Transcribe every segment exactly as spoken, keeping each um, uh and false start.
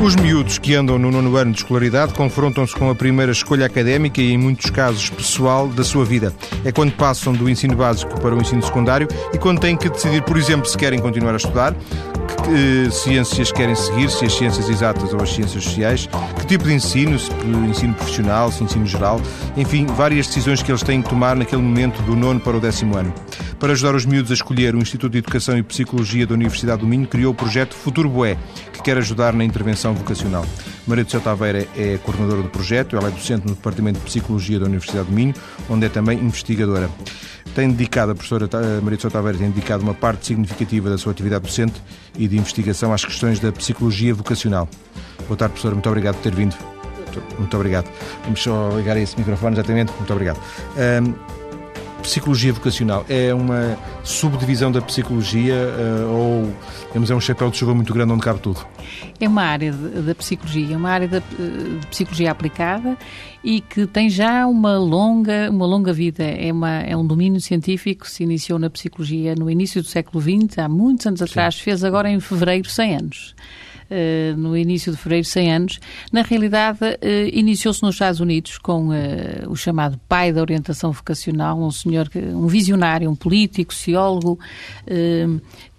Os miúdos que andam no nono ano de escolaridade confrontam-se com a primeira escolha académica e, em muitos casos, pessoal da sua vida. É quando passam do ensino básico para o ensino secundário e quando têm que decidir, por exemplo, se querem continuar a estudar, que, que ciências querem seguir, se as ciências exatas ou as ciências sociais, que tipo de ensino, se ensino profissional, se ensino geral, enfim, várias decisões que eles têm que tomar naquele momento do nono para o décimo ano. Para ajudar os miúdos a escolher, o Instituto de Educação e Psicologia da Universidade do Minho criou o projeto Futuro Bué, que quer ajudar na intervenção vocacional. Maria do Céu Taveira é a coordenadora do projeto, ela é docente no Departamento de Psicologia da Universidade do Minho, onde é também investigadora. Tem dedicado, a professora Maria do Céu Taveira tem dedicado uma parte significativa da sua atividade docente e de investigação às questões da psicologia vocacional. Boa tarde, professora, muito obrigado por ter vindo. Muito obrigado. Vamos só ligar esse microfone, exatamente. Muito obrigado. Um, Psicologia vocacional é uma subdivisão da psicologia uh, ou, digamos, é um chapéu de chuva muito grande onde cabe tudo? É uma área da psicologia, uma área de psicologia aplicada e que tem já uma longa, uma longa vida. É, uma, é um domínio científico que se iniciou na psicologia no início do século vinte, há muitos anos atrás, Sim. fez agora em fevereiro cem anos. Uh, no início de fevereiro, cem anos. Na realidade, uh, iniciou-se nos Estados Unidos com uh, o chamado pai da orientação vocacional, um senhor, um visionário, um político, sociólogo, uh,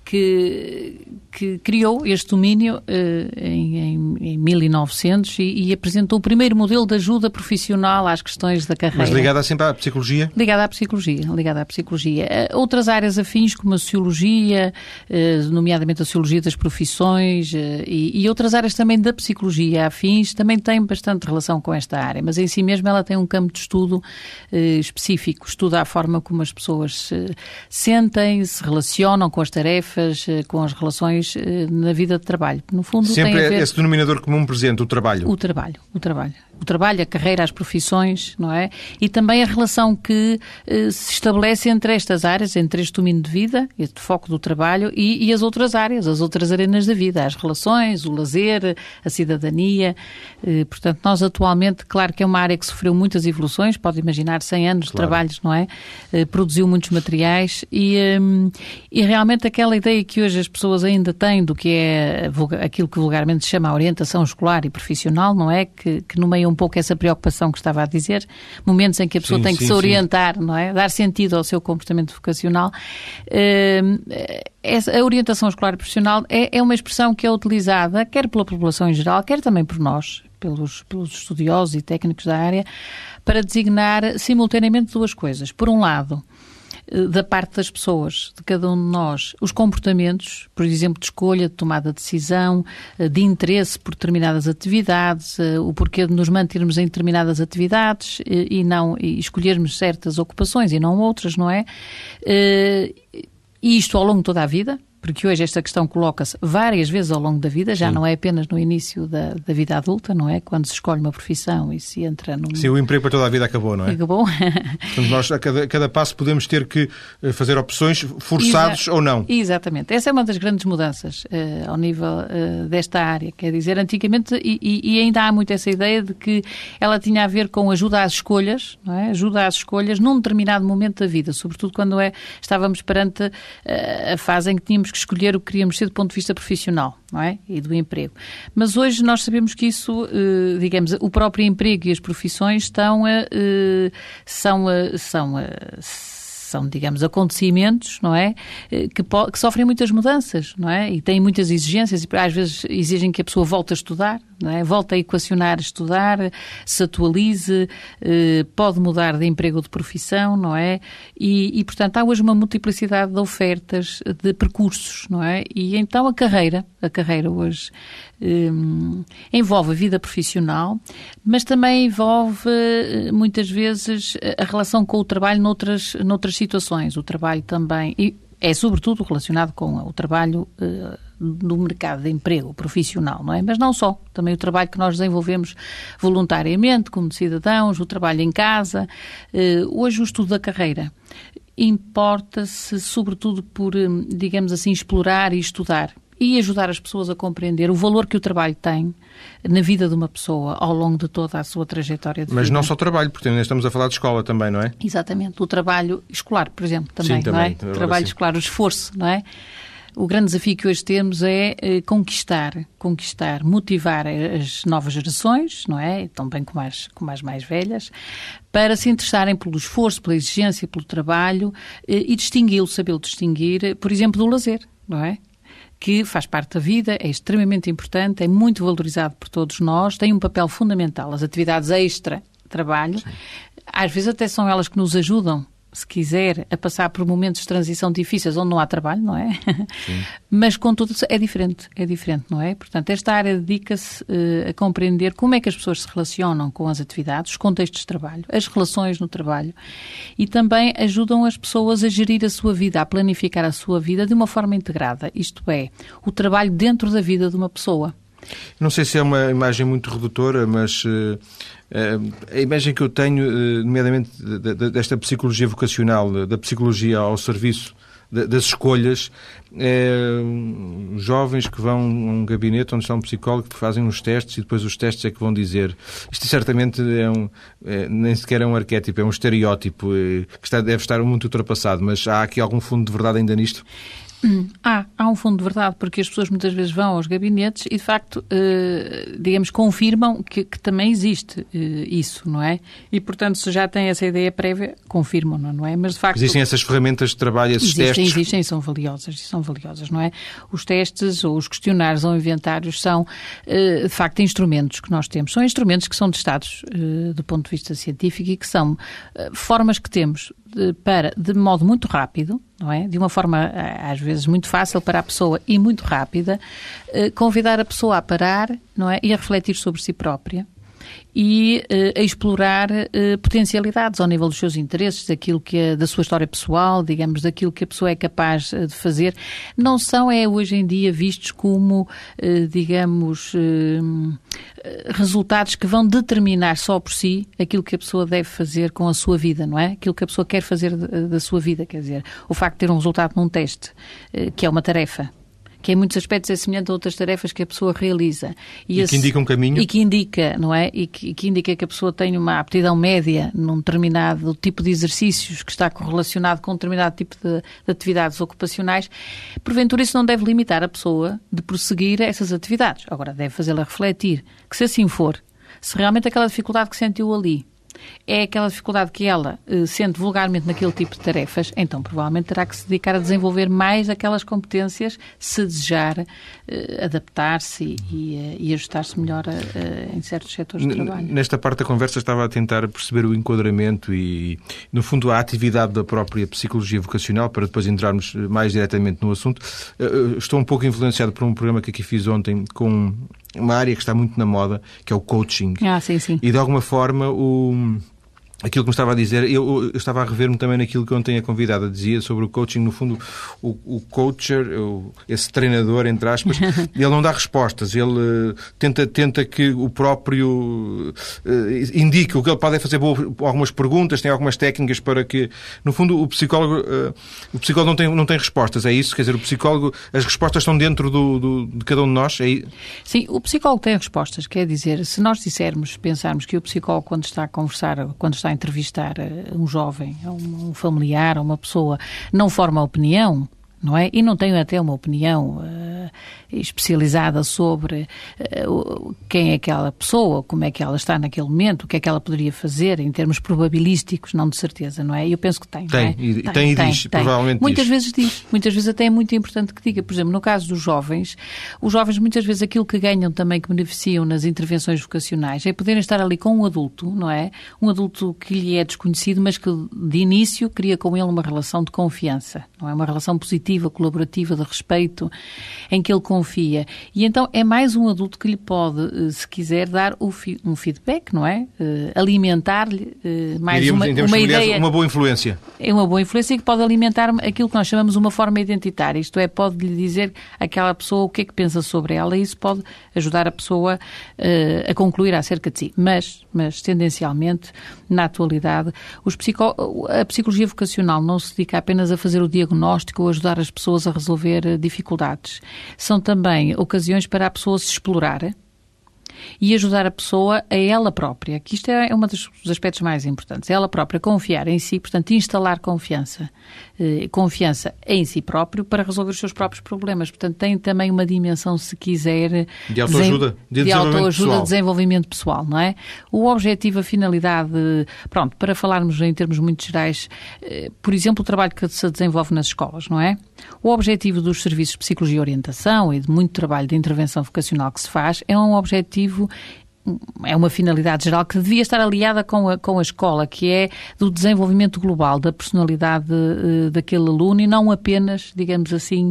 que, que criou este domínio uh, em, em, em mil e novecentos e, e apresentou o primeiro modelo de ajuda profissional às questões da carreira. Mas ligada sempre à psicologia? Ligada à psicologia, ligada à psicologia. Uh, outras áreas afins, como a sociologia, uh, nomeadamente a sociologia das profissões uh, e, e outras áreas também da psicologia afins, também têm bastante relação com esta área, mas em si mesmo ela tem um campo de estudo uh, específico, estuda a forma como as pessoas se sentem, se relacionam com as tarefas, com as relações na vida de trabalho. No fundo, sempre tem a ver... esse denominador comum presente, o trabalho. O trabalho, o trabalho. O trabalho, a carreira, as profissões, não é? E também a relação que eh, se estabelece entre estas áreas, entre este domínio de vida, este foco do trabalho e, e as outras áreas, as outras arenas da vida, as relações, o lazer, a cidadania. Eh, portanto, nós atualmente, claro que é uma área que sofreu muitas evoluções, pode imaginar cem anos de claro. trabalhos, não é? Eh, produziu muitos materiais e, eh, e realmente aquela ideia que hoje as pessoas ainda têm do que é aquilo que vulgarmente se chama a orientação escolar e profissional, não é? Que, que nomeia um pouco essa preocupação que estava a dizer, momentos em que a pessoa sim, tem que sim, se orientar, sim. não é? Dar sentido ao seu comportamento vocacional. A orientação escolar e profissional é, é uma expressão que é utilizada quer pela população em geral, quer também por nós, pelos, pelos estudiosos e técnicos da área, para designar simultaneamente duas coisas. Por um lado, da parte das pessoas, de cada um de nós, os comportamentos, por exemplo, de escolha, de tomada de decisão, de interesse por determinadas atividades, o porquê de nos mantermos em determinadas atividades e não e escolhermos certas ocupações e não outras, não é? E isto ao longo de toda a vida, porque hoje esta questão coloca-se várias vezes ao longo da vida, já Sim. não é apenas no início da, da vida adulta, não é? Quando se escolhe uma profissão e se entra num... Sim, o emprego para toda a vida acabou, não é? Acabou. Portanto, nós a cada, a cada passo podemos ter que fazer opções, forçados Exa- ou não. Exatamente. Essa é uma das grandes mudanças uh, ao nível uh, desta área. Quer dizer, antigamente, e, e ainda há muito essa ideia de que ela tinha a ver com ajuda às escolhas, não é? Ajuda às escolhas num determinado momento da vida, sobretudo quando é, estávamos perante uh, a fase em que tínhamos que escolher o que queríamos ser do ponto de vista profissional, não é? E do emprego. Mas hoje nós sabemos que isso, eh, digamos, o próprio emprego e as profissões estão a, eh, são, a, são, a, são, digamos, acontecimentos, não é? Que, po- que sofrem muitas mudanças, não é? E têm muitas exigências e às vezes exigem que a pessoa volte a estudar, não é? Volte a equacionar, estudar, se atualize, eh, pode mudar de emprego ou de profissão, não é? E, e, portanto, há hoje uma multiplicidade de ofertas, de percursos, não é? E então a carreira, a carreira hoje eh, envolve a vida profissional, mas também envolve muitas vezes a relação com o trabalho noutras, noutras situações. O trabalho também... E, é sobretudo relacionado com o trabalho uh, no mercado de emprego profissional, não é? Mas não só. Também o trabalho que nós desenvolvemos voluntariamente, como cidadãos, o trabalho em casa. Uh, hoje o estudo da carreira importa-se sobretudo por, digamos assim, explorar e estudar e ajudar as pessoas a compreender o valor que o trabalho tem na vida de uma pessoa ao longo de toda a sua trajetória de vida. Mas não só trabalho, porque ainda estamos a falar de escola também, não é? Exatamente. O trabalho escolar, por exemplo, também, Sim, não é? também, O trabalho sim. escolar, o esforço, não é? o grande desafio que hoje temos é eh, conquistar, conquistar, motivar as novas gerações, não é? Também como as, como as mais velhas, para se interessarem pelo esforço, pela exigência, pelo trabalho eh, e distingui-lo, sabê-lo distinguir, por exemplo, do lazer, não é? Que faz parte da vida, é extremamente importante, é muito valorizado por todos nós, tem um papel fundamental. As atividades extra-trabalho, sim, às vezes até são elas que nos ajudam, se quiser, a passar por momentos de transição difíceis onde não há trabalho, não é? Sim. Mas, contudo, é diferente, é diferente, não é? Portanto, esta área dedica-se uh, a compreender como é que as pessoas se relacionam com as atividades, os contextos de trabalho, as relações no trabalho e também ajudam as pessoas a gerir a sua vida, a planificar a sua vida de uma forma integrada, isto é, o trabalho dentro da vida de uma pessoa. Não sei se é uma imagem muito redutora, mas uh, uh, a imagem que eu tenho, uh, nomeadamente de, de, desta psicologia vocacional, da psicologia ao serviço de, das escolhas, é uh, jovens que vão a um gabinete onde está um psicólogo que fazem uns testes e depois os testes é que vão dizer. Isto certamente é um, é, nem sequer é um arquétipo, é um estereótipo é, que está, deve estar muito ultrapassado, mas há aqui algum fundo de verdade ainda nisto? Hum, há, há um fundo de verdade, porque as pessoas muitas vezes vão aos gabinetes e, de facto, eh, digamos, confirmam que, que também existe eh, isso, não é? E, portanto, se já têm essa ideia prévia, confirmam-no, não é? Mas, de facto... Existem essas ferramentas de trabalho, esses existem, testes? Existem, e são valiosas, são valiosas, não é? Os testes, ou os questionários ou inventários são, eh, de facto, instrumentos que nós temos. São instrumentos que são testados eh, do ponto de vista científico e que são eh, formas que temos de, para, de modo muito rápido, não é? De uma forma, às vezes, muito fácil para a pessoa e muito rápida, convidar a pessoa a parar, não é? E a refletir sobre si própria e uh, a explorar uh, potencialidades ao nível dos seus interesses, daquilo que é, da sua história pessoal, digamos, daquilo que a pessoa é capaz uh, de fazer. Não são, é hoje em dia, vistos como, uh, digamos, uh, resultados que vão determinar só por si aquilo que a pessoa deve fazer com a sua vida, não é? Aquilo que a pessoa quer fazer de, da sua vida, quer dizer, o facto de ter um resultado num teste, uh, que é uma tarefa, que em muitos aspectos é semelhante a outras tarefas que a pessoa realiza. E, e esse, que indica um caminho. E que indica, não é? E que, que indica que a pessoa tem uma aptidão média num determinado tipo de exercícios que está correlacionado com um determinado tipo de, de atividades ocupacionais. Porventura, isso não deve limitar a pessoa de prosseguir essas atividades. Agora, deve fazê-la refletir que, se assim for, se realmente aquela dificuldade que sentiu ali é aquela dificuldade que ela uh, sente vulgarmente naquele tipo de tarefas, então provavelmente terá que se dedicar a desenvolver mais aquelas competências, se desejar uh, adaptar-se e, e, uh, e ajustar-se melhor a, uh, em certos setores de trabalho. Nesta parte da conversa estava a tentar perceber o enquadramento e, no fundo, a atividade da própria psicologia vocacional, para depois entrarmos mais diretamente no assunto. Uh, estou um pouco influenciado por um programa que aqui fiz ontem com uma área que está muito na moda, que é o coaching. Ah, sim, sim. E, de alguma forma, o... aquilo que me estava a dizer, eu, eu estava a rever-me também naquilo que ontem a convidada dizia sobre o coaching. No fundo, o, o coacher, o, esse treinador, entre aspas, ele não dá respostas, ele uh, tenta, tenta que o próprio uh, indique o que ele pode fazer algumas perguntas, tem algumas técnicas para que, no fundo, o psicólogo, uh, o psicólogo não tem, não tem respostas, é isso? Quer dizer, o psicólogo, as respostas estão dentro do, do, de cada um de nós? É... Sim, o psicólogo tem respostas, quer dizer, se nós dissermos, pensarmos que o psicólogo, quando está a conversar, quando está a entrevistar um jovem, um familiar, uma pessoa, não forma opinião, não é? E não tem até uma opinião uh, especializada sobre uh, quem é aquela pessoa, como é que ela está naquele momento, o que é que ela poderia fazer em termos probabilísticos, não de certeza, não é? Eu penso que tem. Tem, não é? e, tem, tem e tem, diz, tem. Provavelmente muitas diz. vezes diz, muitas vezes até é muito importante que diga. Por exemplo, no caso dos jovens, os jovens muitas vezes aquilo que ganham também, que beneficiam nas intervenções vocacionais, é poderem estar ali com um adulto, não é? Um adulto que lhe é desconhecido, mas que de início cria com ele uma relação de confiança, não é? Uma relação positiva, colaborativa, de respeito, em que ele confia. E então é mais um adulto que lhe pode, se quiser, dar um feedback, não é? Alimentar-lhe mais Diríamos, uma, uma ideia. Uma boa influência. É uma boa influência que pode alimentar aquilo que nós chamamos uma forma identitária. Isto é, pode-lhe dizer àquela pessoa o que é que pensa sobre ela e isso pode ajudar a pessoa uh, a concluir acerca de si. Mas, mas tendencialmente, na atualidade, os psico... a psicologia vocacional não se dedica apenas a fazer o diagnóstico ou ajudar as pessoas a resolver dificuldades. São também ocasiões para a pessoa se explorar e ajudar a pessoa a ela própria, que isto é um dos aspectos mais importantes, ela própria confiar em si, portanto, instalar confiança eh, confiança em si próprio para resolver os seus próprios problemas. Portanto, tem também uma dimensão, se quiser, de autoajuda, de, de autoajuda, de desenvolvimento pessoal, não é? O objetivo, a finalidade, pronto, para falarmos em termos muito gerais, eh, por exemplo, o trabalho que se desenvolve nas escolas, não é? O objetivo dos serviços de psicologia e orientação e de muito trabalho de intervenção vocacional que se faz é um objetivo, é uma finalidade geral que devia estar aliada com a, com a escola, que é do desenvolvimento global da personalidade uh, daquele aluno e não apenas, digamos assim,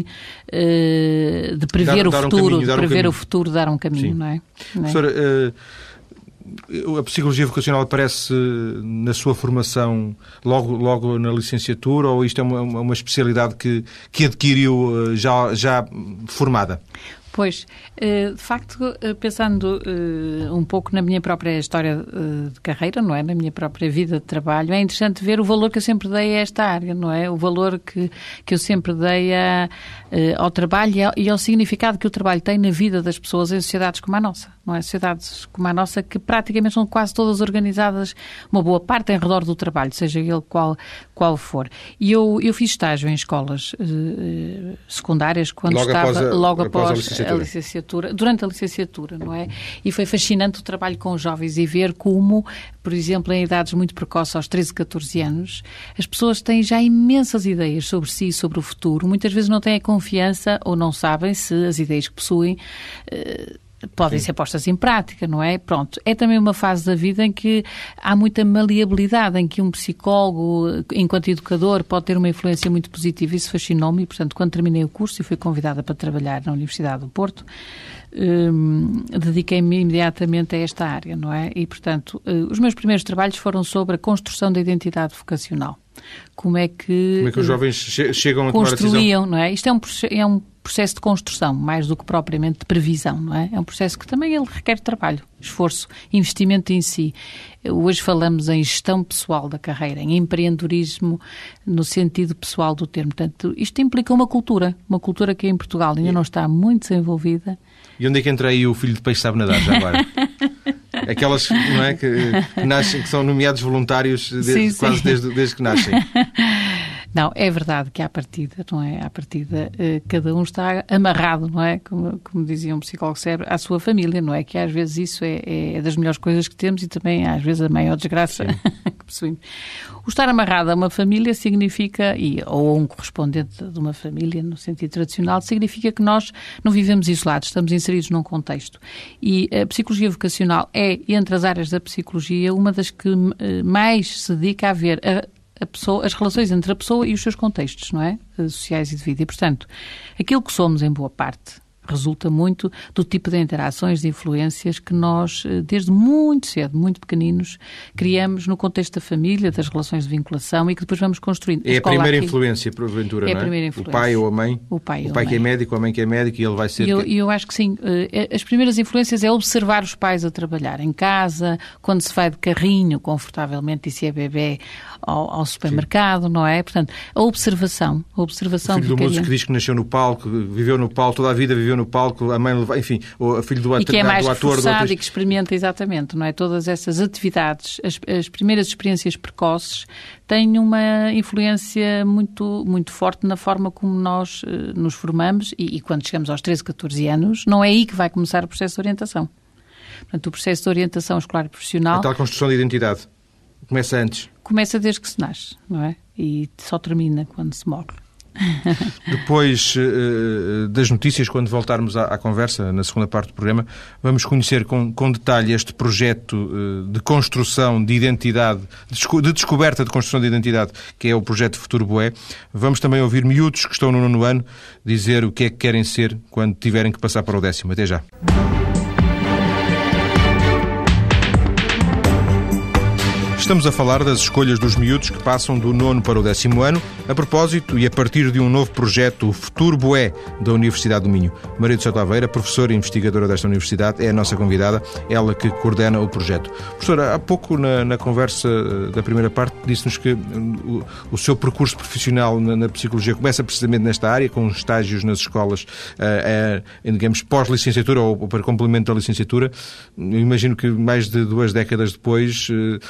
uh, de prever dar, o dar futuro, um caminho, de prever um o futuro, dar um caminho, Sim. não é? Não é? Professora, uh, a psicologia vocacional aparece na sua formação logo, logo na licenciatura ou isto é uma, uma especialidade que, que adquiriu já, já formada? Pois, de facto, pensando um pouco na minha própria história de carreira, não é? Na minha própria vida de trabalho, é interessante ver o valor que eu sempre dei a esta área, não é? O valor que, que eu sempre dei a, ao trabalho e ao significado que o trabalho tem na vida das pessoas em sociedades como a nossa, não é? Sociedades como a nossa que praticamente são quase todas organizadas, uma boa parte em redor do trabalho, seja ele qual, qual for. E eu, eu fiz estágio em escolas uh, secundárias quando logo estava após a, logo após, após a licenciatura, durante a licenciatura, não é? E foi fascinante o trabalho com os jovens e ver como, por exemplo, em idades muito precoces, aos treze, catorze anos, as pessoas têm já imensas ideias sobre si e sobre o futuro. Muitas vezes não têm a confiança ou não sabem se as ideias que possuem uh, podem Sim. ser postas em prática, não é? Pronto, é também uma fase da vida em que há muita maleabilidade, em que um psicólogo, enquanto educador, pode ter uma influência muito positiva. Isso fascinou-me e, portanto, quando terminei o curso e fui convidada para trabalhar na Universidade do Porto, hum, dediquei-me imediatamente a esta área, não é? E, portanto, os meus primeiros trabalhos foram sobre a construção da identidade vocacional. Como é que... Como é que os jovens chegam a tomar a decisão? Construíam, não é? Isto é um, é um processo de construção, mais do que propriamente de previsão, não é? É um processo que também ele requer trabalho, esforço, investimento em si. Hoje falamos em gestão pessoal da carreira, em empreendedorismo no sentido pessoal do termo. Portanto, isto implica uma cultura, uma cultura que em Portugal ainda não está muito desenvolvida. E onde é que entra aí o filho de peixe sabe nadar, já agora? Aquelas, não é, que, que, nascem, que são nomeados voluntários desde, sim, quase sim. Desde, desde que nascem. Não, é verdade que à partida, não é? À partida, cada um está amarrado, não é? Como, como dizia um psicólogo cérebro, à sua família, não é? Que às vezes isso é, é das melhores coisas que temos e também às vezes a maior desgraça que possuímos. O estar amarrado a uma família significa, e, ou a um correspondente de uma família, no sentido tradicional, significa que nós não vivemos isolados, estamos inseridos num contexto. E a psicologia vocacional é, entre as áreas da psicologia, uma das que mais se dedica a ver a A pessoa, as relações entre a pessoa e os seus contextos, não é? Sociais e de vida. E, portanto, aquilo que somos, em boa parte, resulta muito do tipo de interações, de influências que nós, desde muito cedo, muito pequeninos, criamos no contexto da família, das relações de vinculação e que depois vamos construindo. É a, a primeira aqui, influência, porventura, é não é? A primeira influência. O pai ou a mãe? O pai, o pai que é médico, a mãe que é médica e ele vai ser... E eu, eu acho que sim. As primeiras influências é observar os pais a trabalhar em casa, quando se vai de carrinho, confortavelmente, e se é bebê, ao, ao supermercado, sim. Não é? Portanto, a observação. A observação o filho do ficaria... músico que diz que nasceu no palco, viveu no palco, toda a vida viveu no palco, a mãe, enfim, o filho do, e que é mais do ator... reforçado do ator... e que experimenta exatamente, não é? Todas essas atividades, as, as primeiras experiências precoces têm uma influência muito, muito forte na forma como nós uh, nos formamos e, e quando chegamos aos treze, catorze anos, não é aí que vai começar o processo de orientação. Portanto, o processo de orientação escolar e profissional... A tal construção de identidade. Começa antes. Começa desde que se nasce, não é? E só termina quando se morre. Depois uh, das notícias, quando voltarmos à, à conversa, na segunda parte do programa, vamos conhecer com, com detalhe este projeto uh, de construção de identidade, de, desco de descoberta de construção de identidade, que é o projeto Futuro Bué. Vamos também ouvir miúdos que estão no nono ano dizer o que é que querem ser quando tiverem que passar para o décimo. Até já. Estamos a falar das escolhas dos miúdos que passam do nono para o décimo ano, a propósito e a partir de um novo projeto, o Futuro Bué, da Universidade do Minho. Maria de Sousa Aveira, professora e investigadora desta universidade, é a nossa convidada, ela que coordena o projeto. Professora, há pouco na, na conversa da primeira parte disse-nos que o, o seu percurso profissional na, na psicologia começa precisamente nesta área, com estágios nas escolas, uh, uh, digamos, pós-licenciatura ou para complemento da licenciatura. Eu imagino que mais de duas décadas depois, uh, não é que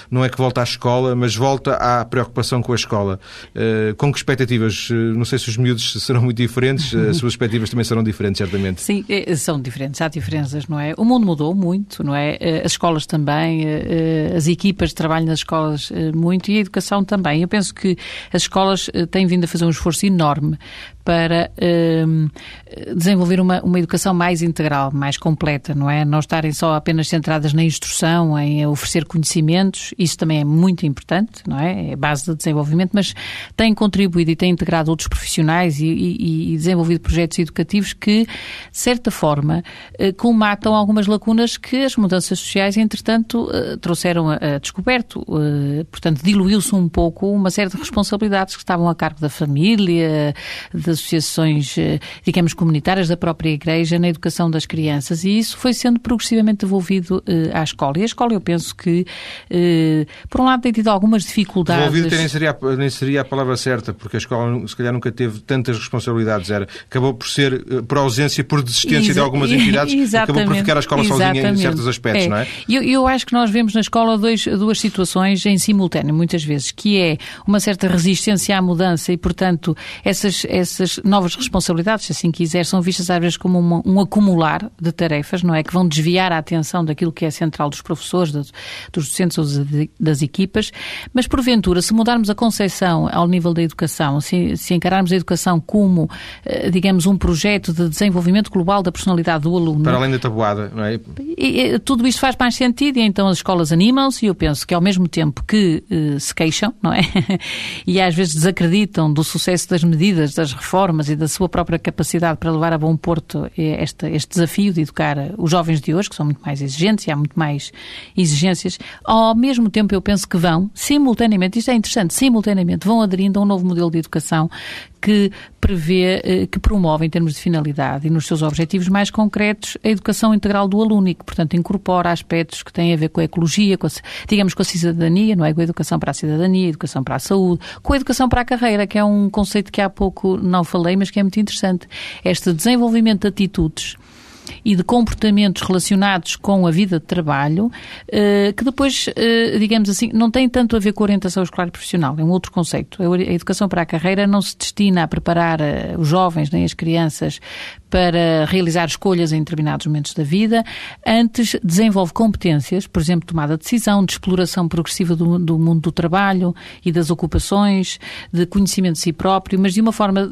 volta à escola, mas volta à preocupação com a escola. Uh, com que expectativas? Uh, não sei se os miúdos serão muito diferentes, as suas expectativas também serão diferentes, certamente. Sim, são diferentes, há diferenças, não é? O mundo mudou muito, não é? As escolas também, as equipas de trabalho nas escolas muito e a educação também. Eu penso que as escolas têm vindo a fazer um esforço enorme para um, desenvolver uma, uma educação mais integral, mais completa, não é? Não estarem só apenas centradas na instrução, em oferecer conhecimentos, isso também é muito importante, não é? É base de desenvolvimento, mas têm contribuído e têm integrado outros profissionais e, e, e desenvolvido projetos educativos que, de certa forma, colmatam algumas lacunas que as mudanças sociais, entretanto, trouxeram a, a descoberto. Portanto, diluiu-se um pouco uma série de responsabilidades que estavam a cargo da família, de associações, digamos, comunitárias da própria Igreja na educação das crianças e isso foi sendo progressivamente devolvido eh, à escola. E a escola, eu penso que, eh, por um lado, tem tido algumas dificuldades... Devolvido nem seria, nem seria a palavra certa, porque a escola, se calhar, nunca teve tantas responsabilidades. Era, acabou por ser, por ausência, por desistência Exa- de algumas entidades, acabou por ficar a escola Exatamente. sozinha em certos aspectos, é. não é? Eu, eu acho que nós vemos na escola dois, duas situações em simultâneo, muitas vezes, que é uma certa resistência à mudança e, portanto, essas, essas novas responsabilidades, se assim quiser, são vistas às vezes como uma, um acumular de tarefas, não é? Que vão desviar a atenção daquilo que é central dos professores, dos, dos docentes ou das equipas, mas porventura, se mudarmos a concepção ao nível da educação, se, se encararmos a educação como, digamos, um projeto de desenvolvimento global da personalidade do aluno... Para além da tabuada, não é? E, e, tudo isto faz mais sentido e então as escolas animam-se e eu penso que ao mesmo tempo que eh, se queixam, não é? E às vezes desacreditam do sucesso das medidas, das reformas e da sua própria capacidade para levar a bom porto este, este desafio de educar os jovens de hoje, que são muito mais exigentes e há muito mais exigências, ao mesmo tempo eu penso que vão, simultaneamente, isto é interessante, simultaneamente vão aderindo a um novo modelo de educação que prevê, que promove em termos de finalidade e nos seus objetivos mais concretos a educação integral do aluno e que, portanto, incorpora aspectos que têm a ver com a ecologia, com a, digamos com a cidadania, não é? Com a educação para a cidadania, a educação para a saúde, com a educação para a carreira, que é um conceito que há pouco não falei, mas que é muito interessante. Este desenvolvimento de atitudes e de comportamentos relacionados com a vida de trabalho, que depois, digamos assim, não tem tanto a ver com a orientação escolar e profissional, é um outro conceito. A educação para a carreira não se destina a preparar os jovens nem as crianças para realizar escolhas em determinados momentos da vida, antes desenvolve competências, por exemplo, tomada de decisão, de exploração progressiva do, do mundo do trabalho e das ocupações, de conhecimento de si próprio, mas de uma forma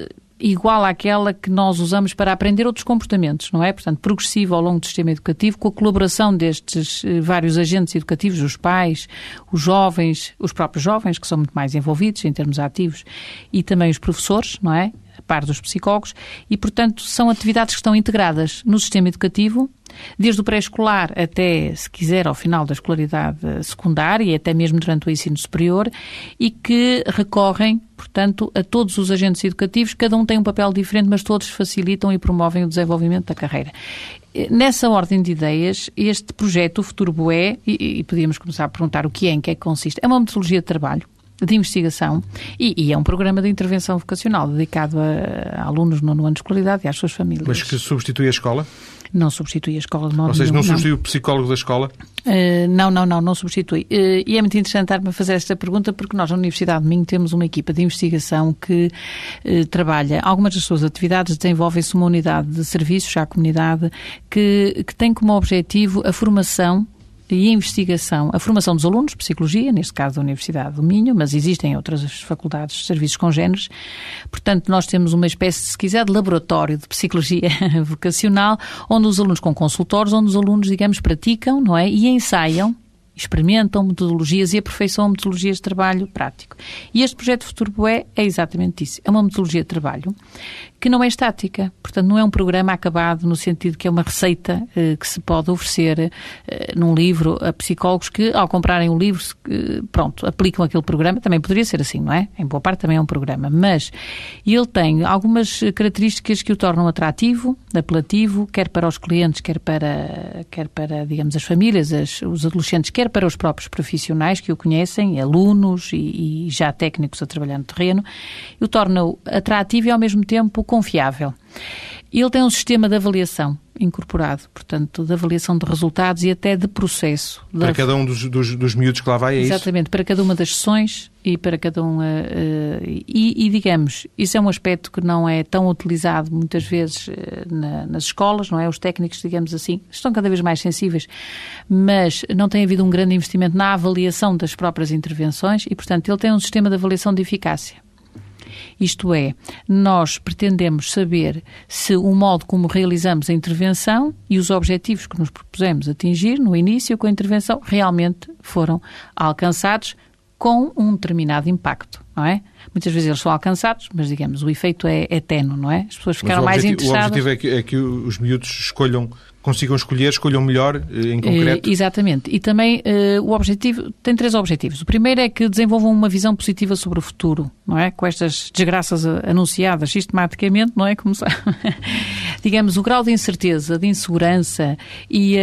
igual àquela que nós usamos para aprender outros comportamentos, não é? Portanto, progressivo ao longo do sistema educativo, com a colaboração destes eh, vários agentes educativos, os pais, os jovens, os próprios jovens, que são muito mais envolvidos em termos ativos, e também os professores, não é? A par dos psicólogos, e, portanto, são atividades que estão integradas no sistema educativo, desde o pré-escolar até, se quiser, ao final da escolaridade secundária e até mesmo durante o ensino superior, e que recorrem, portanto, a todos os agentes educativos, cada um tem um papel diferente, mas todos facilitam e promovem o desenvolvimento da carreira. Nessa ordem de ideias, este projeto, o Futuro Bué, e, e podíamos começar a perguntar o que é, em que é que consiste, é uma metodologia de trabalho, de investigação e, e é um programa de intervenção vocacional dedicado a, a alunos no nono ano de escolaridade e às suas famílias. Mas que substitui a escola? Não substitui a escola de modo Ou seja, nenhum, não substitui não. o psicólogo da escola? Uh, não, não, não, não substitui. Uh, e é muito interessante estar-me a fazer esta pergunta porque nós na Universidade de Minho temos uma equipa de investigação que uh, trabalha. Algumas das suas atividades desenvolvem-se uma unidade de serviços à comunidade que, que tem como objetivo a formação e a investigação, a formação dos alunos de psicologia, neste caso da Universidade do Minho, mas existem outras faculdades de serviços congêneres. Portanto, nós temos uma espécie, se quiser, de laboratório de psicologia vocacional, onde os alunos com consultórios, onde os alunos, digamos, praticam, não é? E ensaiam, experimentam metodologias e aperfeiçoam metodologias de trabalho prático. E este projeto Futuro Bué é exatamente isso. É uma metodologia de trabalho que não é estática. Portanto, não é um programa acabado no sentido que é uma receita eh, que se pode oferecer eh, num livro a psicólogos que, ao comprarem o livro, eh, pronto, aplicam aquele programa. Também poderia ser assim, não é? Em boa parte também é um programa. Mas ele tem algumas características que o tornam atrativo, apelativo, quer para os clientes, quer para, quer para digamos, as famílias, as, os adolescentes, quer para os próprios profissionais que o conhecem, alunos e, e já técnicos a trabalhar no terreno, e o torna-o atrativo e, ao mesmo tempo, confiável. Ele tem um sistema de avaliação incorporado, portanto, de avaliação de resultados e até de processo. Para da... cada um dos, dos, dos miúdos que lá vai, é Exatamente, isso? Exatamente, para cada uma das sessões e para cada um... Uh, uh, e, e, digamos, isso é um aspecto que não é tão utilizado muitas vezes uh, na, nas escolas, não é? Os técnicos, digamos assim, estão cada vez mais sensíveis, mas não tem havido um grande investimento na avaliação das próprias intervenções e, portanto, ele tem um sistema de avaliação de eficácia. Isto é, nós pretendemos saber se o modo como realizamos a intervenção e os objetivos que nos propusemos atingir no início com a intervenção realmente foram alcançados com um determinado impacto, não é? Muitas vezes eles são alcançados, mas, digamos, o efeito é, é ténue, não é? As pessoas ficaram mais interessadas... O objetivo é que, é que os miúdos escolham, consigam escolher, escolham melhor, em concreto? Uh, exatamente. E também uh, o objetivo, tem três objetivos. O primeiro é que desenvolvam uma visão positiva sobre o futuro, não é? Com estas desgraças anunciadas sistematicamente, não é? Como sabe? Digamos, o grau de incerteza, de insegurança e,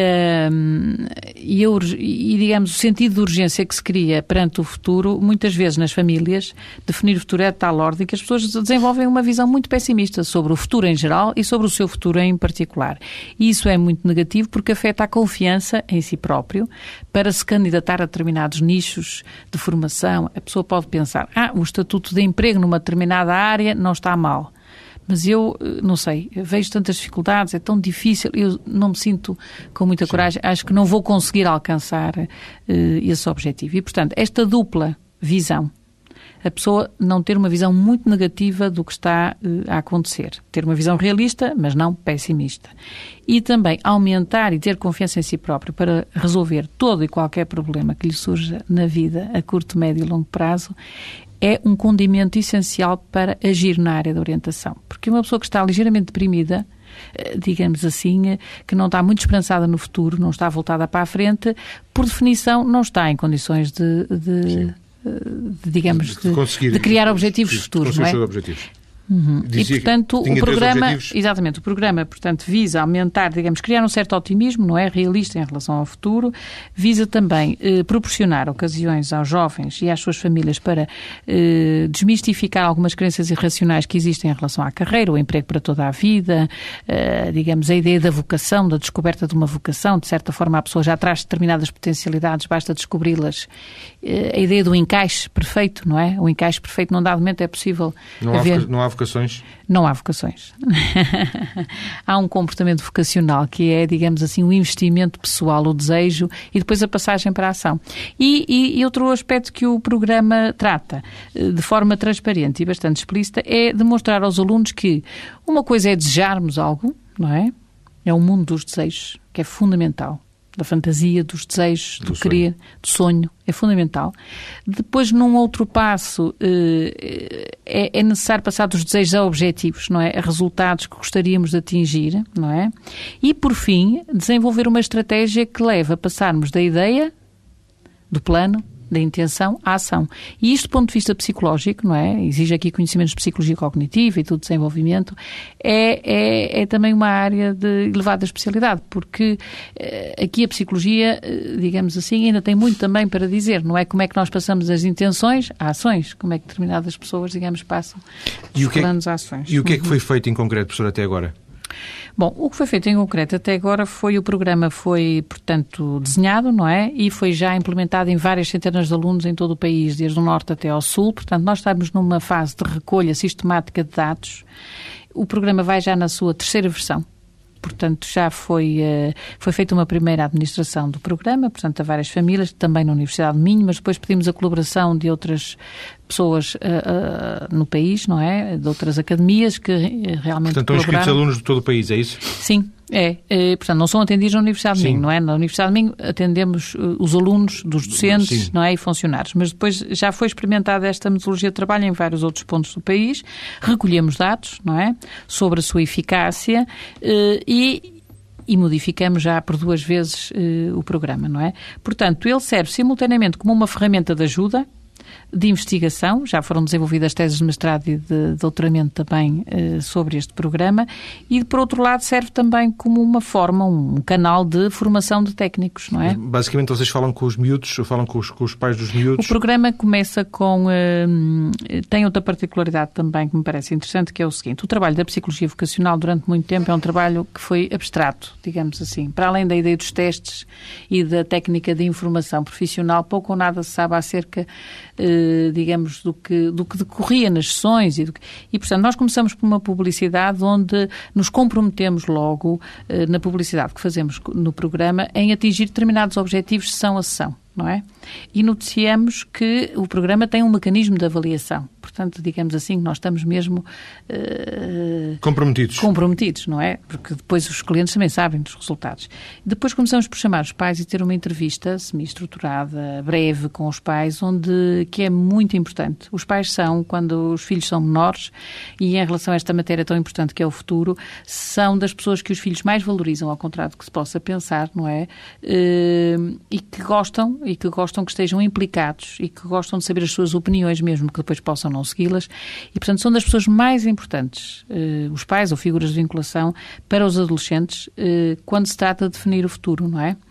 uh, e, a, e, digamos, o sentido de urgência que se cria perante o futuro, muitas vezes nas famílias, definir o futuro é de tal ordem que as pessoas desenvolvem uma visão muito pessimista sobre o futuro em geral e sobre o seu futuro em particular. E isso é muito negativo porque afeta a confiança em si próprio para se candidatar a determinados nichos de formação. A pessoa pode pensar, ah, o estatuto de emprego numa determinada área não está mal. Mas eu, não sei, vejo tantas dificuldades, é tão difícil, eu não me sinto com muita Sim. coragem, acho que não vou conseguir alcançar uh, esse objetivo. E, portanto, esta dupla visão, a pessoa não ter uma visão muito negativa do que está uh, a acontecer. Ter uma visão realista, mas não pessimista. E também aumentar e ter confiança em si próprio para resolver todo e qualquer problema que lhe surja na vida a curto, médio e longo prazo é um condimento essencial para agir na área da orientação. Porque uma pessoa que está ligeiramente deprimida, digamos assim, que não está muito esperançada no futuro, não está voltada para a frente, por definição não está em condições de... de de, digamos, de, de, de criar objetivos de, futuros, de não é? Objetivos. Uhum. E, portanto, o programa, exatamente, o programa, portanto, visa aumentar, digamos, criar um certo otimismo, não é? Realista em relação ao futuro, visa também eh, proporcionar ocasiões aos jovens e às suas famílias para eh, desmistificar algumas crenças irracionais que existem em relação à carreira, o emprego para toda a vida, eh, digamos, a ideia da vocação, da descoberta de uma vocação, de certa forma a pessoa já traz determinadas potencialidades, basta descobri-las. Eh, a ideia do encaixe perfeito, não é? O encaixe perfeito num dado momento é possível não haver... Há voca... não há vocações? Não há vocações. Há um comportamento vocacional que é, digamos assim, o investimento pessoal, o desejo e depois a passagem para a ação. E, e, e outro aspecto que o programa trata de forma transparente e bastante explícita é demonstrar aos alunos que uma coisa é desejarmos algo, não é? É o mundo dos desejos, que é fundamental. Da fantasia, dos desejos, do, do querer, do sonho, é fundamental. Depois, num outro passo, é, é necessário passar dos desejos a objetivos, não é? A resultados que gostaríamos de atingir, não é? E, por fim, desenvolver uma estratégia que leve a passarmos da ideia, do plano, da intenção à ação. E isto, do ponto de vista psicológico, não é? Exige aqui conhecimentos de psicologia cognitiva e do desenvolvimento, é, é, é também uma área de elevada especialidade, porque eh, aqui a psicologia, eh, digamos assim, ainda tem muito também para dizer, não é? Como é que nós passamos das intenções a ações, como é que determinadas pessoas, digamos, passam dos planos a ações. E o que é que foi feito em concreto, professor, até agora? Bom, o que foi feito em concreto até agora foi o programa foi, portanto, desenhado, não é? E foi já implementado em várias centenas de alunos em todo o país, desde o norte até ao sul. Portanto, nós estamos numa fase de recolha sistemática de dados. O programa vai já na sua terceira versão. Portanto, já foi, foi feita uma primeira administração do programa, portanto, a várias famílias, também na Universidade de Minho, mas depois pedimos a colaboração de outras pessoas uh, uh, no país, não é? De outras academias que realmente Portanto, estão inscritos alunos de todo o país, é isso? Sim. É, é, portanto, não são atendidos na Universidade de Minho, não é? Na Universidade de Minho atendemos uh, os alunos dos docentes, Sim. não é? E funcionários. Mas depois já foi experimentada esta metodologia de trabalho em vários outros pontos do país. Recolhemos dados, não é? Sobre a sua eficácia uh, e... e modificamos já por duas vezes uh, o programa, não é? Portanto, ele serve simultaneamente como uma ferramenta de ajuda, de investigação, já foram desenvolvidas teses de mestrado e de doutoramento também eh, sobre este programa, e por outro lado serve também como uma forma, um canal de formação de técnicos, não é? Basicamente vocês falam com os miúdos, ou falam com os, com os pais dos miúdos? O programa começa com... Eh, tem outra particularidade também que me parece interessante, que é o seguinte: o trabalho da psicologia vocacional durante muito tempo é um trabalho que foi abstrato, digamos assim. Para além da ideia dos testes e da técnica de informação profissional, pouco ou nada se sabe acerca, eh, digamos, do que, do que decorria nas sessões. E, do que... e, portanto, nós começamos por uma publicidade onde nos comprometemos logo, eh, na publicidade que fazemos no programa, em atingir determinados objetivos sessão a sessão, não é? E noticiamos que o programa tem um mecanismo de avaliação. Portanto, digamos assim, que nós estamos mesmo uh, comprometidos. comprometidos, não é? Porque depois os clientes também sabem dos resultados. Depois começamos por chamar os pais e ter uma entrevista semi-estruturada, breve, com os pais, onde, que é muito importante. Os pais são, quando os filhos são menores, e em relação a esta matéria tão importante que é o futuro, são das pessoas que os filhos mais valorizam, ao contrário do que se possa pensar, não é? Uh, e que gostam, e que gostam que estejam implicados, e que gostam de saber as suas opiniões, mesmo que depois possam não segui-las, e, portanto, são das pessoas mais importantes, eh, os pais ou figuras de vinculação, para os adolescentes, eh, quando se trata de definir o futuro, não é?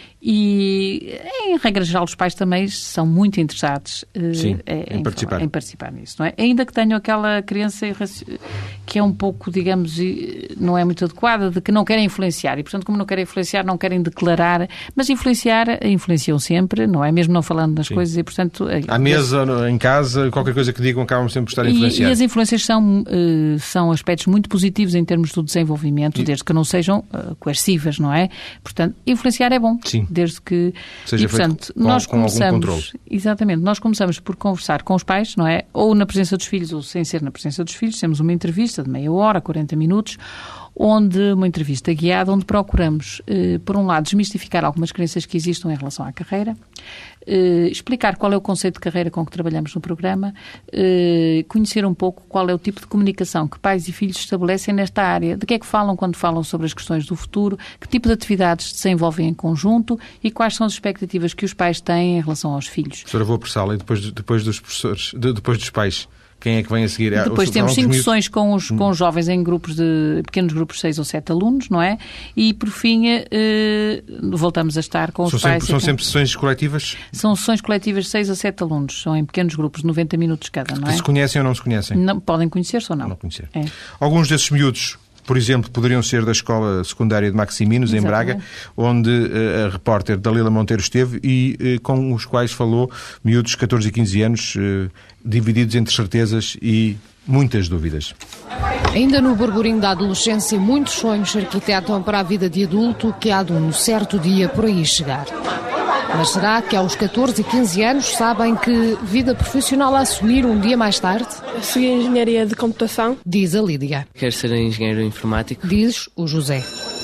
E, em regra geral, os pais também são muito interessados uh, Sim, em, em, participar. em participar nisso, não é? Ainda que tenham aquela criança que é um pouco, digamos, não é muito adequada, de que não querem influenciar. E, portanto, como não querem influenciar, não querem declarar, mas influenciar, influenciam sempre, não é? Mesmo não falando das Sim. coisas e, portanto... À mesa, em casa, qualquer coisa que digam, acabam sempre por estar a influenciar. E, e as influências são, uh, são aspectos muito positivos em termos do desenvolvimento, e... desde que não sejam uh, coercivas, não é? Portanto, influenciar é bom. Sim. Desde que... Seja e, portanto, com, nós com começamos, algum controle. Exatamente. Nós começamos por conversar com os pais, não é? Ou na presença dos filhos, ou sem ser na presença dos filhos. Temos uma entrevista de meia hora, quarenta minutos, onde uma entrevista guiada, onde procuramos, eh, por um lado, desmistificar algumas crenças que existam em relação à carreira, eh, explicar qual é o conceito de carreira com que trabalhamos no programa, eh, conhecer um pouco qual é o tipo de comunicação que pais e filhos estabelecem nesta área, de que é que falam quando falam sobre as questões do futuro, que tipo de atividades desenvolvem em conjunto e quais são as expectativas que os pais têm em relação aos filhos. Professora, vou apressá-la e depois, depois dos professores, de, depois dos pais. Quem é que vem a seguir? Depois temos cinco sessões com os, com os jovens em grupos de pequenos grupos de seis ou sete alunos, não é? E, por fim, eh, voltamos a estar com os são pais. Sempre, são sempre sessões coletivas? São sessões coletivas de seis a sete alunos. São em pequenos grupos de noventa minutos cada, não é? Que se conhecem ou não se conhecem? Não, podem conhecer-se ou não. Não conhecer. É. Alguns desses miúdos, por exemplo, poderiam ser da Escola Secundária de Maximinos, em Braga, onde uh, a repórter Dalila Monteiro esteve e uh, com os quais falou miúdos de catorze e quinze anos, uh, divididos entre certezas e muitas dúvidas. Ainda no burburinho da adolescência, muitos sonhos se arquitetam para a vida de adulto que há de um certo dia por aí chegar. Mas será que aos catorze e quinze anos sabem que vida profissional a assumir um dia mais tarde? Segui engenharia de computação. Diz a Lídia. Quero ser engenheiro informático. Diz o José.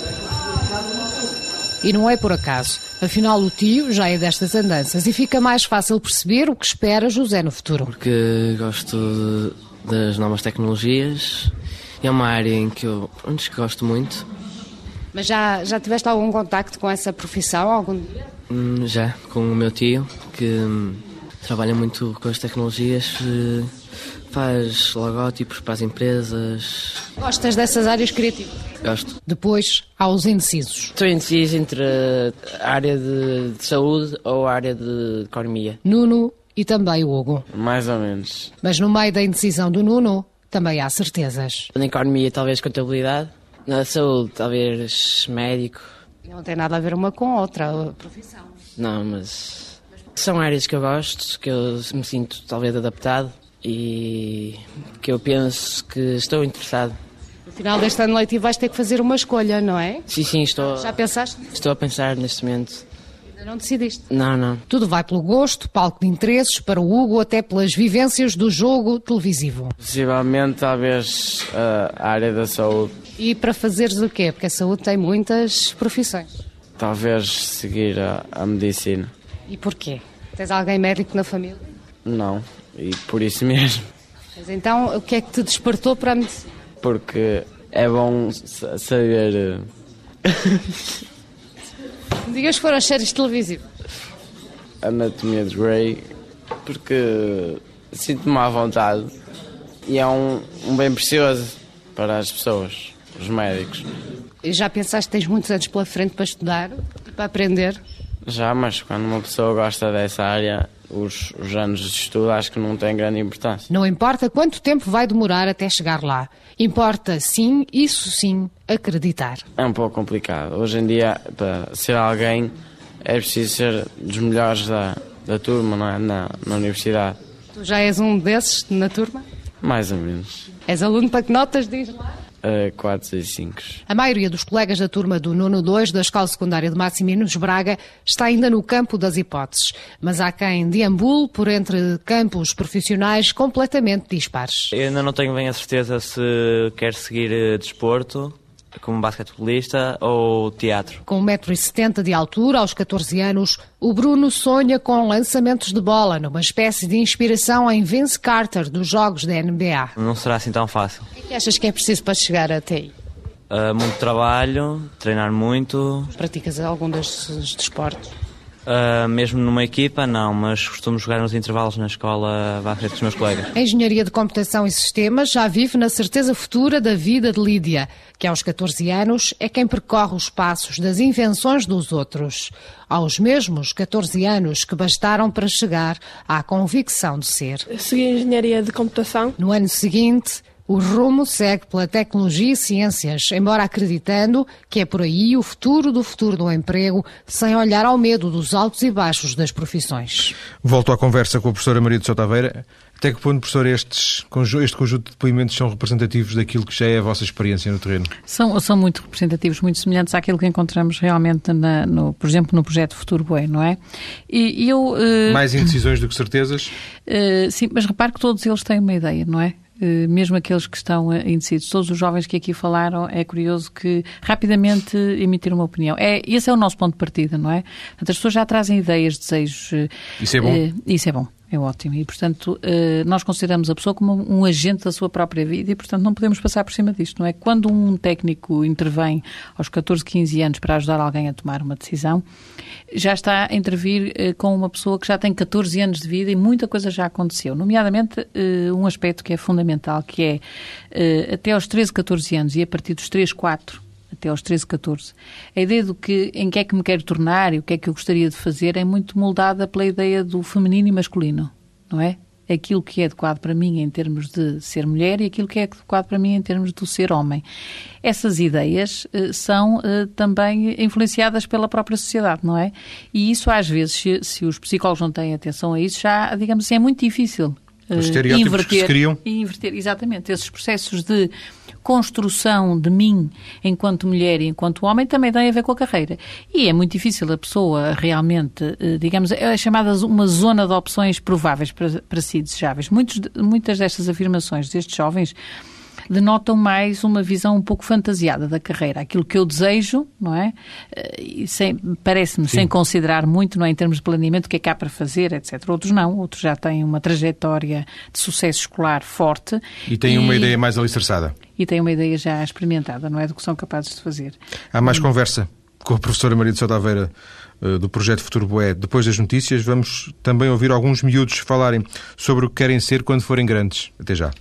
E não é por acaso. Afinal, o tio já é destas andanças e fica mais fácil perceber o que espera José no futuro. Porque gosto de, das novas tecnologias e é uma área em que eu antes gosto muito. Mas já, já tiveste algum contacto com essa profissão? Algum... Hum, já, com o meu tio, que hum, trabalha muito com as tecnologias, eh, faz logótipos para as empresas. Gostas dessas áreas criativas? Gosto. Depois, há os indecisos. Estou indeciso entre a área de, de saúde ou a área de economia. Nuno e também o Hugo. Mais ou menos. Mas no meio da indecisão do Nuno, também há certezas. Na economia, talvez contabilidade. Na saúde, talvez médico. Não tem nada a ver uma com a outra profissão. Não, mas são áreas que eu gosto, que eu me sinto talvez adaptado e que eu penso que estou interessado. No final deste ano letivo vais ter que fazer uma escolha, não é? Sim, sim, estou... Já pensaste? Estou a pensar neste momento. Ainda não decidiste? Não, não. Tudo vai pelo gosto, palco de interesses, para o Hugo, até pelas vivências do jogo televisivo. Possivelmente, talvez, a área da saúde. E para fazeres o quê? Porque a saúde tem muitas profissões. Talvez seguir a, a medicina. E porquê? Tens alguém médico na família? Não, e por isso mesmo. Mas então, o que é que te despertou para a medicina? Porque é bom saber... Digas que foram as séries televisivas. Anatomia de Grey porque sinto-me à vontade e é um, um bem precioso para as pessoas, os médicos. E já pensaste que tens muitos anos pela frente para estudar, para aprender? Já, mas quando uma pessoa gosta dessa área, os, os anos de estudo acho que não têm grande importância. Não importa quanto tempo vai demorar até chegar lá. Importa, sim, isso sim, acreditar. É um pouco complicado. Hoje em dia, para ser alguém, é preciso ser dos melhores da, da turma, não é? Na, na universidade. Tu já és um desses na turma? Mais ou menos. És aluno para que notas, diz lá? Uh, quatro e cinco. A maioria dos colegas da turma do nono dois da Escola Secundária de Maximinos Braga está ainda no campo das hipóteses, mas há quem deambule por entre campos profissionais completamente dispares. Eu ainda não tenho bem a certeza se quero seguir desporto, como basquetebolista ou teatro. Com um metro e setenta de altura, aos catorze anos, o Bruno sonha com lançamentos de bola, numa espécie de inspiração em Vince Carter, dos jogos da N B A. Não será assim tão fácil. O que achas que é preciso para chegar até aí? Uh, muito trabalho, treinar muito. Praticas algum destes desportos? Uh, mesmo numa equipa, não, mas costumo jogar nos intervalos na escola basquete com os meus colegas. A Engenharia de Computação e Sistemas já vive na certeza futura da vida de Lídia, que aos catorze anos é quem percorre os passos das invenções dos outros. Aos mesmos catorze anos que bastaram para chegar à convicção de ser. Segui Engenharia de Computação. No ano seguinte, o rumo segue pela tecnologia e ciências, embora acreditando que é por aí o futuro do futuro do emprego, sem olhar ao medo dos altos e baixos das profissões. Volto à conversa com a professora Maria de Sousa Taveira. Até que ponto, professor, estes, este conjunto de depoimentos são representativos daquilo que já é a vossa experiência no terreno? São, são muito representativos, muito semelhantes àquilo que encontramos realmente, na, no, por exemplo, no projeto Futuro Bué, não é? E, e eu, uh, Mais indecisões do que certezas? Uh, sim, mas repare que todos eles têm uma ideia, não é? Uh, mesmo aqueles que estão indecisos. Todos os jovens que aqui falaram, é curioso que rapidamente emitir uma opinião. É, esse é o nosso ponto de partida, não é? Portanto, as pessoas já trazem ideias, desejos. Uh, isso é bom? Uh, isso é bom. É ótimo. E, portanto, nós consideramos a pessoa como um agente da sua própria vida e, portanto, não podemos passar por cima disto, não é? Quando um técnico intervém aos catorze, quinze anos para ajudar alguém a tomar uma decisão, já está a intervir com uma pessoa que já tem catorze anos de vida e muita coisa já aconteceu. Nomeadamente, um aspecto que é fundamental, que é até aos treze, catorze anos e a partir dos três, quatro, até aos treze, catorze. A ideia do que, em que é que me quero tornar e o que é que eu gostaria de fazer é muito moldada pela ideia do feminino e masculino, não é? Aquilo que é adequado para mim em termos de ser mulher e aquilo que é adequado para mim em termos de ser homem. Essas ideias uh, são uh, também influenciadas pela própria sociedade, não é? E isso às vezes, se, se os psicólogos não têm atenção a isso, já, digamos assim, é muito difícil. Os estereótipos inverter, que se criam. Inverter, exatamente. Esses processos de construção de mim enquanto mulher e enquanto homem também têm a ver com a carreira. E é muito difícil a pessoa realmente, digamos, é chamada uma zona de opções prováveis para, para si desejáveis. Muitos, muitas destas afirmações destes jovens denotam mais uma visão um pouco fantasiada da carreira. Aquilo que eu desejo, não é? Sem, parece-me, sem considerar muito, não é? Em termos de planeamento, o que é que há para fazer, etcétera. Outros não. Outros já têm uma trajetória de sucesso escolar forte. E têm e, uma ideia mais alicerçada. E têm uma ideia já experimentada, não é? Do que são capazes de fazer. Há mais hum. conversa com a professora Maria de Sousa Taveira do projeto Futuro Bué. Depois das notícias, vamos também ouvir alguns miúdos falarem sobre o que querem ser quando forem grandes. Até já.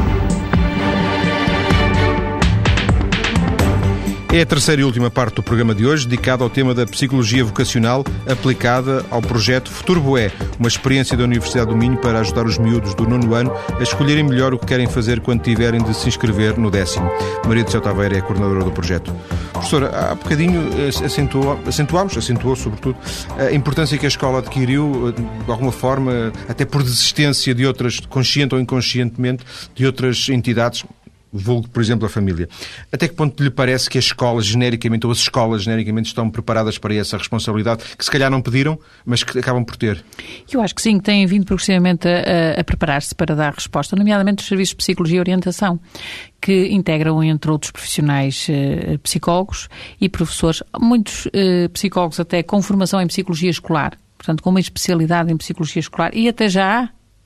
É a terceira e última parte do programa de hoje, dedicada ao tema da psicologia vocacional aplicada ao projeto Futuro Bué, uma experiência da Universidade do Minho para ajudar os miúdos do nono ano a escolherem melhor o que querem fazer quando tiverem de se inscrever no décimo. Maria de Sousa Taveira é a coordenadora do projeto. Professora, há bocadinho acentuou, acentuámos, acentuou sobretudo, a importância que a escola adquiriu, de alguma forma, até por desistência de outras, consciente ou inconscientemente, de outras entidades, vulgo, por exemplo, a família. Até que ponto lhe parece que as escolas, genericamente, ou as escolas, genericamente, estão preparadas para essa responsabilidade, que se calhar não pediram, mas que acabam por ter? Eu acho que sim, que têm vindo progressivamente a, a preparar-se para dar resposta, nomeadamente os serviços de psicologia e orientação, que integram, entre outros profissionais, eh, psicólogos e professores, muitos eh, psicólogos até com formação em psicologia escolar, portanto, com uma especialidade em psicologia escolar, e até já há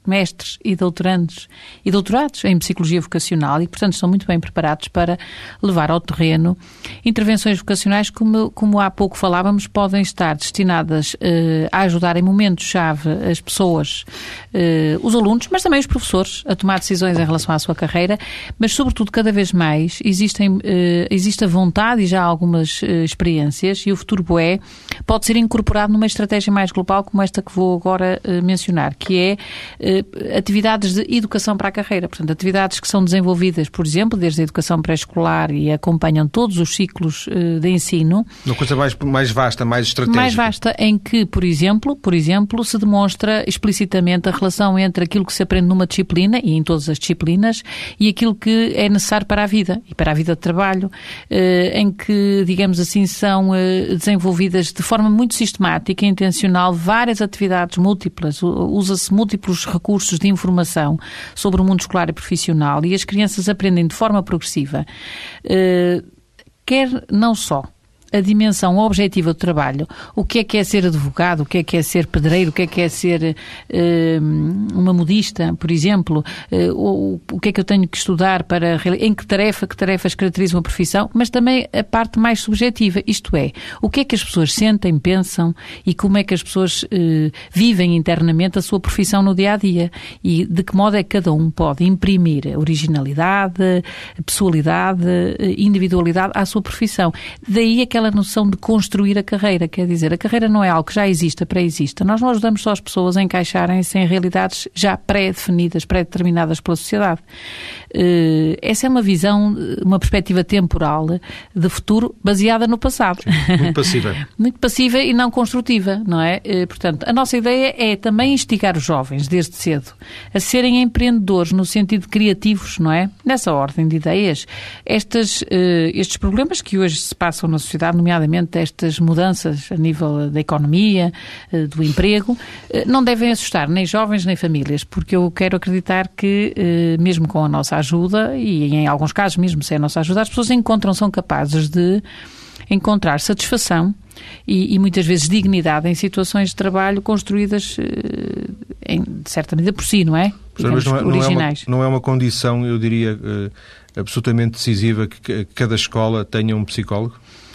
mestres e doutorandos e doutorados em psicologia vocacional e, portanto, estão muito bem preparados para levar ao terreno intervenções vocacionais, como, como há pouco falávamos, podem estar destinadas uh, a ajudar em momentos-chave as pessoas, uh, os alunos, mas também os professores, a tomar decisões em relação à sua carreira, mas, sobretudo, cada vez mais existem, uh, existe a vontade e já há algumas uh, experiências, e o Futuro Bué pode ser incorporado numa estratégia mais global como esta que vou agora uh, mencionar, que é uh, atividades de educação para a carreira. Portanto, atividades que são desenvolvidas, por exemplo, desde a educação pré-escolar e acompanham todos os ciclos uh, de ensino. Uma coisa mais, mais vasta, mais estratégica. Mais vasta, em que, por exemplo, por exemplo, se demonstra explicitamente a relação entre aquilo que se aprende numa disciplina, e em todas as disciplinas, e aquilo que é necessário para a vida, e para a vida de trabalho, uh, em que, digamos assim, são uh, desenvolvidas de forma muito sistemática e intencional várias atividades múltiplas, usa-se múltiplos recursos de informação sobre o mundo escolar e profissional, e as crianças aprendem de forma progressiva, uh, quer não só a dimensão objetiva do trabalho, o que é que é ser advogado, o que é que é ser pedreiro, o que é que é ser uh, uma modista, por exemplo, uh, o, o que é que eu tenho que estudar para, em que tarefa, que tarefas caracterizam a profissão, mas também a parte mais subjetiva, isto é, o que é que as pessoas sentem, pensam e como é que as pessoas uh, vivem internamente a sua profissão no dia-a-dia e de que modo é que cada um pode imprimir originalidade, pessoalidade, individualidade à sua profissão. Daí é que aquela noção de construir a carreira, quer dizer, a carreira não é algo que já exista, pré-exista. Nós não ajudamos só as pessoas a encaixarem-se em realidades já pré-definidas, pré-determinadas pela sociedade. Essa é uma visão, uma perspectiva temporal de futuro baseada no passado. Sim, muito passiva. Muito passiva e não construtiva, não é? Portanto, a nossa ideia é também instigar os jovens, desde cedo, a serem empreendedores no sentido de criativos, não é? Nessa ordem de ideias, estas, estes problemas que hoje se passam na sociedade, nomeadamente estas mudanças a nível da economia, do emprego, não devem assustar nem jovens nem famílias, porque eu quero acreditar que, mesmo com a nossa ajuda, e em alguns casos mesmo sem a nossa ajuda, as pessoas encontram, são capazes de encontrar satisfação e, e muitas vezes dignidade em situações de trabalho construídas, em, de certa medida, por si, não é? Digamos, não, é, não, originais. É uma, não é uma condição, eu diria, absolutamente decisiva que cada escola tenha um psicólogo?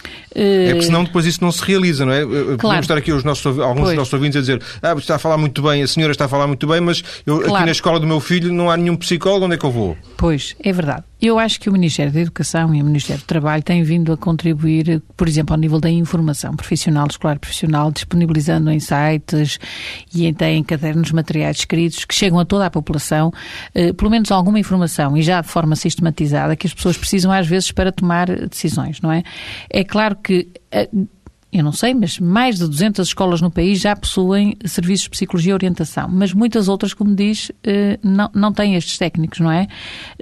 É porque senão depois isso não se realiza, não é? Claro. Podemos estar aqui os nossos, alguns pois. dos nossos ouvintes a dizer ah, está a falar muito bem, a senhora está a falar muito bem, mas eu, claro. aqui na escola do meu filho não há nenhum psicólogo, onde é que eu vou? Pois, é verdade. Eu acho que o Ministério da Educação e o Ministério do Trabalho têm vindo a contribuir, por exemplo, ao nível da informação profissional, escolar profissional, disponibilizando em sites e até em cadernos materiais escritos que chegam a toda a população, eh, pelo menos alguma informação e já de forma sistematizada que as pessoas precisam às vezes para tomar decisões, não é? É claro que eh, eu não sei, mas mais de duzentas escolas no país já possuem serviços de psicologia e orientação, mas muitas outras, como diz, não, não têm estes técnicos, não é?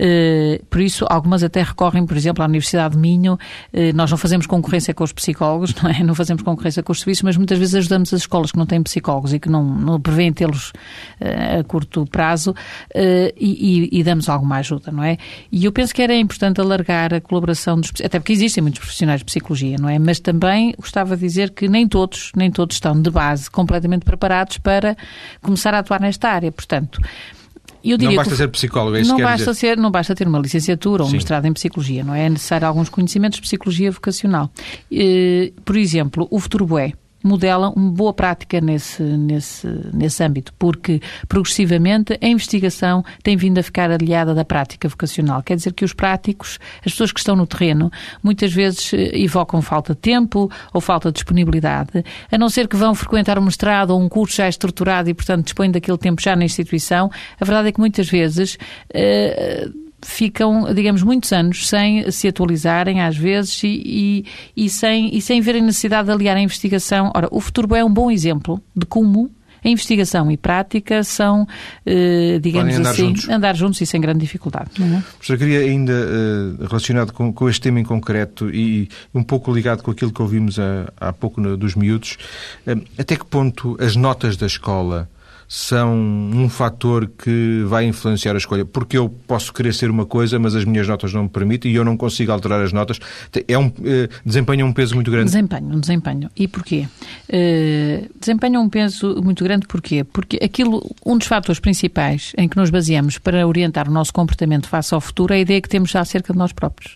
Por isso, algumas até recorrem, por exemplo, à Universidade de Minho. Nós não fazemos concorrência com os psicólogos, não é? Não fazemos concorrência com os serviços, mas muitas vezes ajudamos as escolas que não têm psicólogos e que não, não prevêem tê-los a curto prazo e, e, e damos alguma ajuda, não é? E eu penso que era importante alargar a colaboração dos, até porque existem muitos profissionais de psicologia, não é? Mas também gostava de dizer que nem todos, nem todos estão de base completamente preparados para começar a atuar nesta área. Portanto, eu diria não basta que ser psicólogo, é isso não que quer basta dizer. ser, não basta ter uma licenciatura ou um Sim. mestrado em psicologia, não é? É necessário alguns conhecimentos de psicologia vocacional. E, por exemplo, o Futuro Bué modela uma boa prática nesse, nesse, nesse âmbito, porque progressivamente a investigação tem vindo a ficar aliada da prática vocacional. Quer dizer que os práticos, as pessoas que estão no terreno, muitas vezes evocam falta de tempo ou falta de disponibilidade, a não ser que vão frequentar um mestrado ou um curso já estruturado e, portanto, dispõem daquele tempo já na instituição. A verdade é que muitas vezes Uh, ficam, digamos, muitos anos sem se atualizarem, às vezes, e, e, e, sem, e sem verem necessidade de aliar a investigação. Ora, o Futuro Bué é um bom exemplo de como a investigação e prática são, eh, digamos andar assim, juntos. andar juntos e sem grande dificuldade. Não é? Professor, queria ainda, uh, relacionado com, com este tema em concreto e um pouco ligado com aquilo que ouvimos há, há pouco no, dos miúdos, uh, até que ponto as notas da escola são um fator que vai influenciar a escolha? Porque eu posso querer ser uma coisa, mas as minhas notas não me permitem e eu não consigo alterar as notas. É um, eh, desempenha um peso muito grande? Desempenho, um desempenho. E porquê? Uh, desempenha um peso muito grande porquê? Porque aquilo, um dos fatores principais em que nos baseamos para orientar o nosso comportamento face ao futuro é a ideia que temos acerca de nós próprios.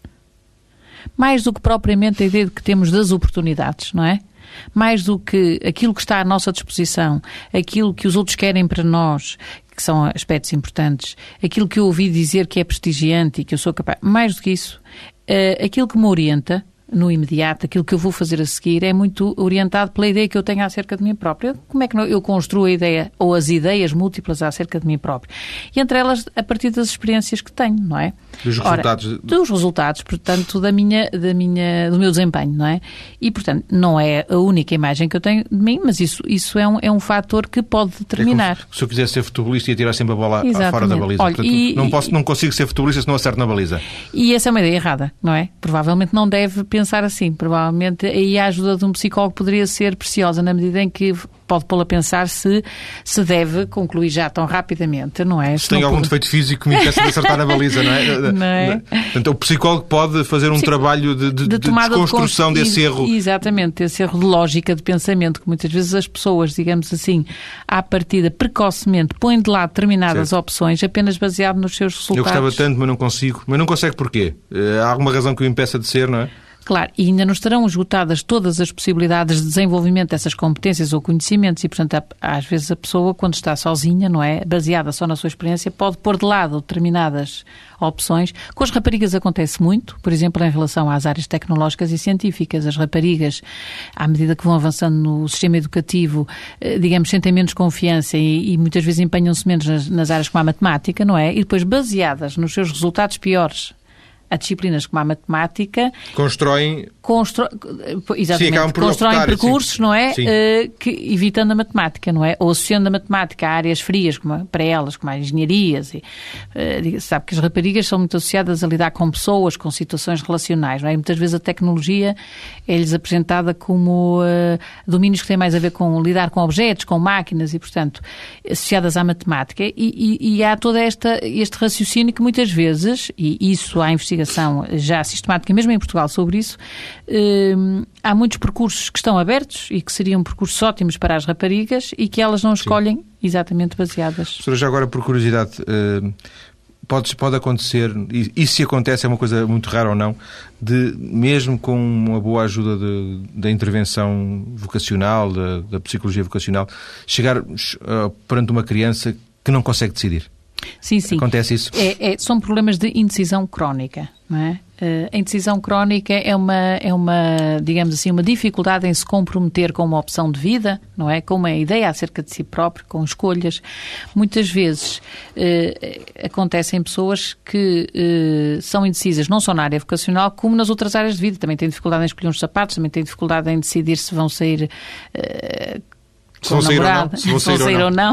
Mais do que propriamente a ideia de que temos das oportunidades, não é? Mais do que aquilo que está à nossa disposição, aquilo que os outros querem para nós, que são aspectos importantes, aquilo que eu ouvi dizer que é prestigiante e que eu sou capaz, mais do que isso, uh, aquilo que me orienta no imediato, aquilo que eu vou fazer a seguir é muito orientado pela ideia que eu tenho acerca de mim própria. Como é que eu construo a ideia ou as ideias múltiplas acerca de mim própria? E entre elas, a partir das experiências que tenho, não é? Dos resultados. Ora, dos resultados, portanto, da minha, da minha, do meu desempenho, não é? E, portanto, não é a única imagem que eu tenho de mim, mas isso, isso é, um, é um fator que pode determinar. É se eu quisesse ser futebolista, ia tirar sempre a bola Exatamente. fora da baliza. Olha, portanto, e, não, posso, não consigo ser futebolista se não acerto na baliza. E essa é uma ideia errada, não é? Provavelmente não deve pensar assim. Provavelmente aí a ajuda de um psicólogo poderia ser preciosa na medida em que pode pô-la a pensar se se deve concluir já tão rapidamente, não é? Se, se tem algum pode... defeito físico que me impeça de acertar na baliza, não é? Não é? Portanto, o psicólogo pode fazer um Sim. trabalho de, de, de, de desconstrução de desse erro. Exatamente, desse erro de lógica, de pensamento, que muitas vezes as pessoas, digamos assim, à partida, precocemente, põem de lado determinadas certo. opções apenas baseado nos seus resultados. Eu gostava tanto, mas não consigo. Mas não consegue porquê? Há alguma razão que o impeça de ser, não é? Claro, e ainda não estarão esgotadas todas as possibilidades de desenvolvimento dessas competências ou conhecimentos e, portanto, às vezes a pessoa, quando está sozinha, não é, baseada só na sua experiência, pode pôr de lado determinadas opções. Com as raparigas acontece muito, por exemplo, em relação às áreas tecnológicas e científicas. As raparigas, à medida que vão avançando no sistema educativo, digamos, sentem menos confiança e, e muitas vezes empenham-se menos nas, nas áreas como a matemática, não é? E depois, baseadas nos seus resultados piores, a disciplinas como a matemática... Constroem... Constro... Exatamente. Sim, por constroem optar, percursos, sim. não é? Sim. Uh, que, evitando a matemática, não é? Ou associando a matemática a áreas frias, como, para elas, como as engenharias. E, uh, sabe que as raparigas são muito associadas a lidar com pessoas, com situações relacionais, não é? E muitas vezes a tecnologia é-lhes apresentada como uh, domínios que têm mais a ver com lidar com objetos, com máquinas e, portanto, associadas à matemática. E, e, e há todo esta, este raciocínio que muitas vezes, e isso há investigação já sistemática, mesmo em Portugal, sobre isso, hum, há muitos percursos que estão abertos e que seriam percursos ótimos para as raparigas e que elas não escolhem Sim. exatamente baseadas. Professora, já agora, por curiosidade, uh, pode, pode acontecer, e, e se acontece é uma coisa muito rara ou não, de, mesmo com uma boa ajuda de, da intervenção vocacional, da, da psicologia vocacional, chegar uh, perante uma criança que não consegue decidir? Sim, sim. Acontece isso? É, é, são problemas de indecisão crónica, não é? Uh, a indecisão crónica é uma, é uma, digamos assim, uma dificuldade em se comprometer com uma opção de vida, não é? Com uma ideia acerca de si próprio, com escolhas. Muitas vezes uh, acontecem pessoas que uh, são indecisas, não só na área vocacional, como nas outras áreas de vida. Também têm dificuldade em escolher uns sapatos, também têm dificuldade em decidir se vão sair... Uh, Se vão sair ou não. Se vão sair, sair ou não.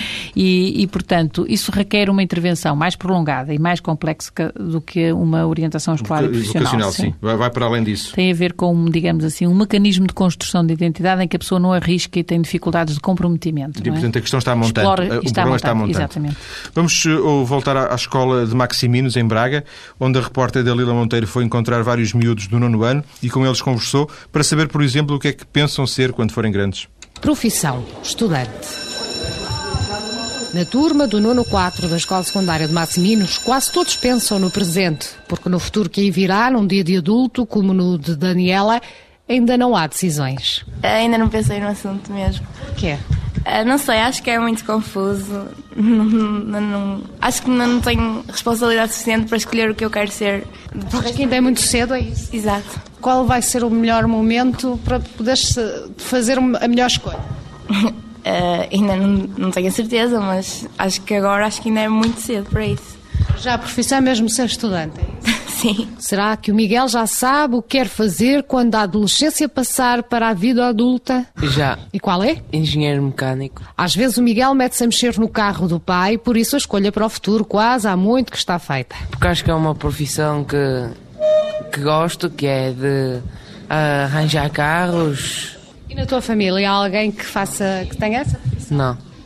E, e, portanto, isso requer uma intervenção mais prolongada e mais complexa do que uma orientação escolar e profissional. Vocacional, sim. sim. Vai, vai para além disso. Tem a ver com, digamos assim, um mecanismo de construção de identidade em que a pessoa não arrisca e tem dificuldades de comprometimento. E, portanto, é? a questão está montante. Explora, o está problema montante, está montante. Exatamente. Vamos uh, voltar à, à escola de Maximinos, em Braga, onde a repórter Dalila Monteiro foi encontrar vários miúdos do nono ano e com eles conversou para saber, por exemplo, o que é que pensam ser quando forem grandes. Profissão, estudante. Na turma do nono quatro da Escola Secundária de Maximinos, quase todos pensam no presente, porque no futuro que aí virá, num dia de adulto, como no de Daniela, ainda não há decisões. Ainda não pensei no assunto mesmo. O que é? Uh, não sei, acho que é muito confuso. Não, não, não, acho que não tenho responsabilidade suficiente para escolher o que eu quero ser. Acho que ainda é muito cedo, é isso? Exato. Qual vai ser o melhor momento para poderes fazer a melhor escolha? uh, ainda não, não tenho a certeza, mas acho que agora acho que ainda é muito cedo para isso. Já a profissão é mesmo ser estudante? Sim. Será que o Miguel já sabe o que quer fazer quando a adolescência passar para a vida adulta? Já. E qual é? Engenheiro mecânico. Às vezes o Miguel mete-se a mexer no carro do pai, por isso a escolha para o futuro quase há muito que está feita. Porque acho que é uma profissão que, que gosto, que é de arranjar carros. E na tua família há alguém que faça, que tenha essa profissão? Não.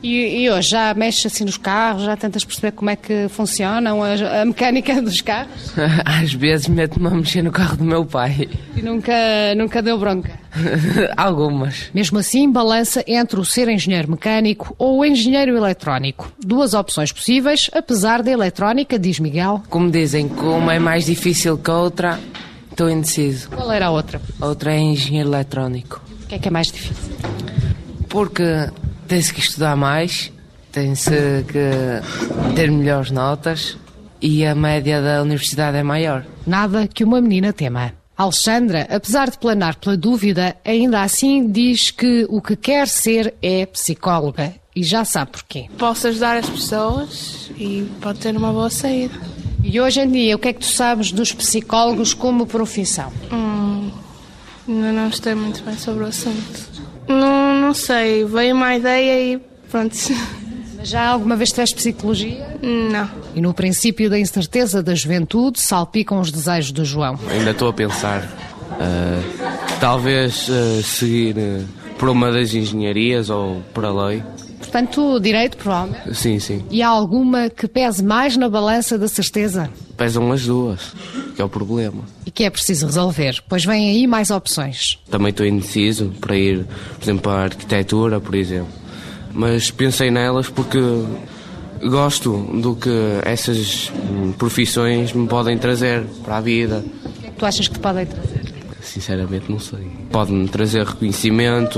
E, e hoje já mexe assim nos carros, já tentas perceber como é que funcionam a, a mecânica dos carros? Às vezes meto-me a mexer no carro do meu pai. E nunca, nunca deu bronca? Algumas. Mesmo assim, balança entre o ser engenheiro mecânico ou o engenheiro eletrónico. Duas opções possíveis, apesar da eletrónica, diz Miguel. Como dizem que uma é mais difícil que a outra, estou indeciso. Qual era a outra? A outra é engenheiro eletrónico. O que é que é mais difícil? Porque tem-se que estudar mais, tem-se que ter melhores notas e a média da universidade é maior. Nada que uma menina tema. Alexandra, apesar de planar pela dúvida, ainda assim diz que o que quer ser é psicóloga e já sabe porquê. Posso ajudar as pessoas e pode ter uma boa saída. E hoje em dia, o que é que tu sabes dos psicólogos como profissão? Hum, ainda não sei muito bem sobre o assunto. Não, não sei, veio uma ideia e pronto. Mas já alguma vez tiveste psicologia? Não. E no princípio da incerteza da juventude salpicam os desejos do João. Ainda estou a pensar, uh, talvez uh, seguir uh, por uma das engenharias ou por a lei. Portanto, direito, provavelmente? Sim, sim. E há alguma que pese mais na balança da certeza? Pesam as duas, que é o problema. E que é preciso resolver, pois vêm aí mais opções. Também estou indeciso para ir, por exemplo, para a arquitetura, por exemplo. Mas pensei nelas porque gosto do que essas profissões me podem trazer para a vida. O que é que tu achas que te podem trazer? Sinceramente não sei. Pode-me trazer reconhecimento,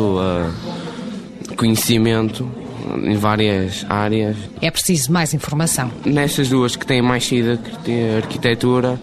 uh, conhecimento em várias áreas. É preciso mais informação. Nestas duas que têm mais saída, que tem a arquitetura,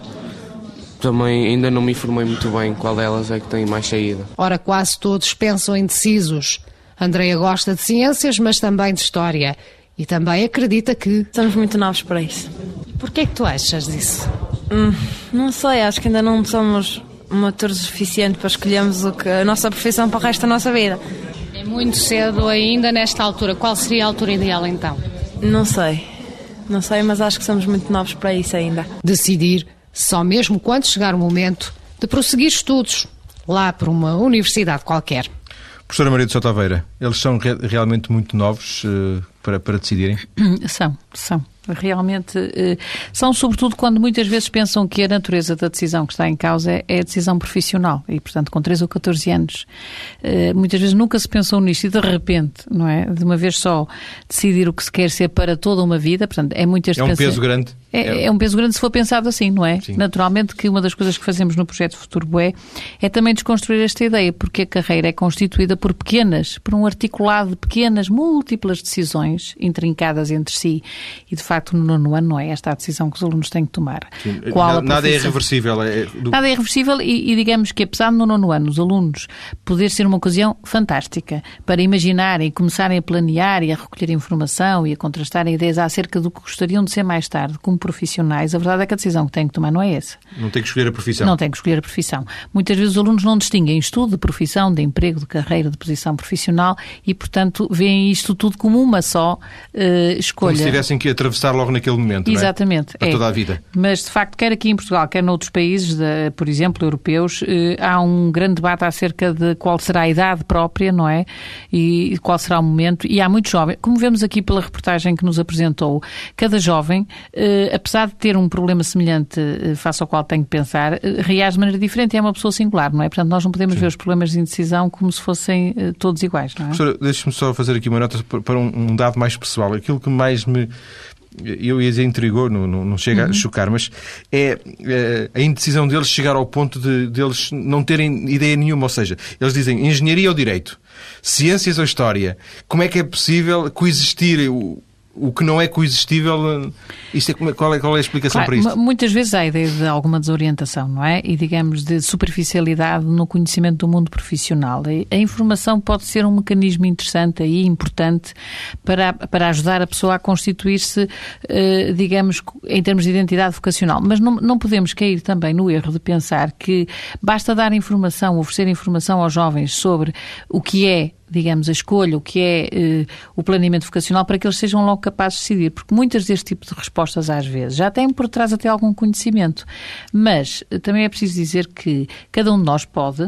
também ainda não me informei muito bem qual delas é que tem mais saída. Ora, quase todos pensam indecisos. Andreia gosta de ciências, mas também de história. E também acredita que... Estamos muito novos para isso. Porquê é que tu achas disso? Hum, não sei, acho que ainda não somos maturos o suficiente para escolhermos o que, a nossa profissão para o resto da nossa vida. É muito cedo ainda nesta altura. Qual seria a altura ideal então? Não sei. Não sei, mas acho que somos muito novos para isso ainda. Decidir só mesmo quando chegar o momento de prosseguir estudos lá por uma universidade qualquer. Professora Maria de Sousa Taveira, eles são re- realmente muito novos uh, para, para decidirem? São, são. Realmente uh, são, sobretudo, quando muitas vezes pensam que a natureza da decisão que está em causa é, é a decisão profissional. E, portanto, com treze ou catorze anos, uh, muitas vezes nunca se pensou nisto e, de repente, não é? De uma vez só, decidir o que se quer ser para toda uma vida, portanto, é muito este É um pensa... peso grande. É, é. é um peso grande se for pensado assim, não é? Sim. Naturalmente que uma das coisas que fazemos no projeto Futuro Bué é também desconstruir esta ideia, porque a carreira é constituída por pequenas, por um articulado de pequenas, múltiplas decisões intrincadas entre si. E, de facto, no nono ano não é esta a decisão que os alunos têm que tomar. Qual a Nada é irreversível. É do... Nada é irreversível e, e digamos que, apesar de no nono ano os alunos poder ser uma ocasião fantástica para imaginarem e começarem a planear e a recolher informação e a contrastarem ideias acerca do que gostariam de ser mais tarde como profissionais, a verdade é que a decisão que têm que tomar não é essa. Não tem que escolher a profissão. Não tem que escolher a profissão. Muitas vezes os alunos não distinguem estudo de profissão, de emprego, de carreira, de posição profissional e, portanto, veem isto tudo como uma só uh, escolha. Como se tivessem que atravessar logo naquele momento, Exatamente. Não é? Para é. toda a vida. Mas, de facto, quer aqui em Portugal, quer noutros países, de, por exemplo, europeus, eh, há um grande debate acerca de qual será a idade própria, não é? E qual será o momento. E há muitos jovens, como vemos aqui pela reportagem que nos apresentou, cada jovem, eh, apesar de ter um problema semelhante eh, face ao qual tem que pensar, eh, reage de maneira diferente e é uma pessoa singular, não é? Portanto, nós não podemos Sim. ver os problemas de indecisão como se fossem eh, todos iguais, não é? Professora, deixe-me só fazer aqui uma nota para um, um dado mais pessoal. Aquilo que mais me... eu ia dizer intrigou, não, não, não chega uhum. a chocar, mas é, é a indecisão deles chegar ao ponto de, de eles não terem ideia nenhuma. Ou seja, eles dizem engenharia ou direito, ciências ou história. Como é que é possível coexistir o, o que não é coexistível? Isto é, qual, é, qual é a explicação claro, para isto? Muitas vezes há a ideia de alguma desorientação, não é? E, digamos, de superficialidade no conhecimento do mundo profissional. E a informação pode ser um mecanismo interessante e importante para, para ajudar a pessoa a constituir-se, eh, digamos, em termos de identidade vocacional. Mas não, não podemos cair também no erro de pensar que basta dar informação, oferecer informação aos jovens sobre o que é, digamos, a escolha, o que é eh, o planeamento vocacional, para que eles sejam logo capazes de decidir. Porque muitas deste tipo de respostas, às vezes, já têm por trás até algum conhecimento. Mas eh, também é preciso dizer que cada um de nós pode,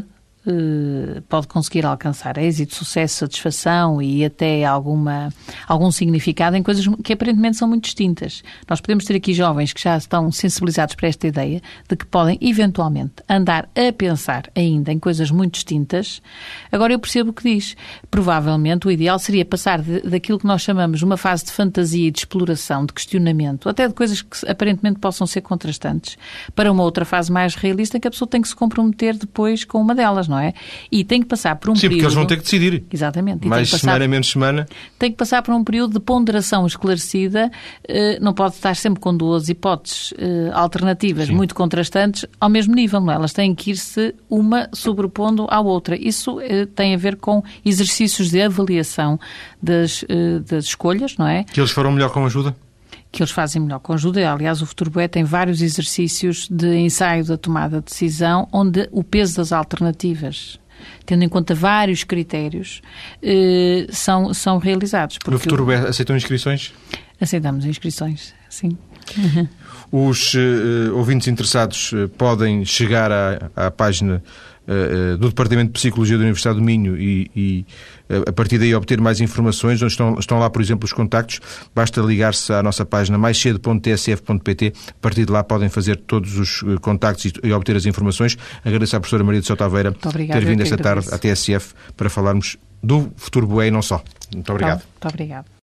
eh, pode conseguir alcançar êxito, sucesso, satisfação e até alguma, algum significado em coisas que aparentemente são muito distintas. Nós podemos ter aqui jovens que já estão sensibilizados para esta ideia de que podem, eventualmente, andar a pensar ainda em coisas muito distintas. Agora, eu percebo o que diz. Provavelmente, o ideal seria passar de, daquilo que nós chamamos uma fase de fantasia e de exploração, de questionamento, até de coisas que aparentemente possam ser contrastantes, para uma outra fase mais realista em que a pessoa tem que se comprometer depois com uma delas, não é? E tem que passar por um Sim, período... Sim, porque eles vão ter que decidir. Exatamente. E mais tem que semana, passar... menos semana. Tem que passar por um período de ponderação esclarecida, não pode estar sempre com duas hipóteses alternativas Sim. muito contrastantes ao mesmo nível, não é? Elas têm que ir-se uma sobrepondo à outra. Isso tem a ver com exercícios de avaliação das, das escolhas, não é? Que eles farão melhor com ajuda? Que eles fazem melhor com ajuda. Aliás, o Futuro Bué tem vários exercícios de ensaio da tomada de decisão onde o peso das alternativas, tendo em conta vários critérios, eh, são, são realizados. No Futuro Bué aceitam inscrições? Aceitamos inscrições, sim. Os uh, ouvintes interessados uh, podem chegar à, à página uh, uh, do Departamento de Psicologia da Universidade do Minho e, e uh, a partir daí obter mais informações, onde estão, estão lá, por exemplo, os contactos. Basta ligar-se à nossa página mais cedo ponto t s f ponto p t. A partir de lá podem fazer todos os uh, contactos e, e obter as informações. Agradeço à professora Maria de Sousa Taveira ter vindo esta tarde à T S F para falarmos do Futuro Bué e não só. Muito obrigado. Muito obrigado.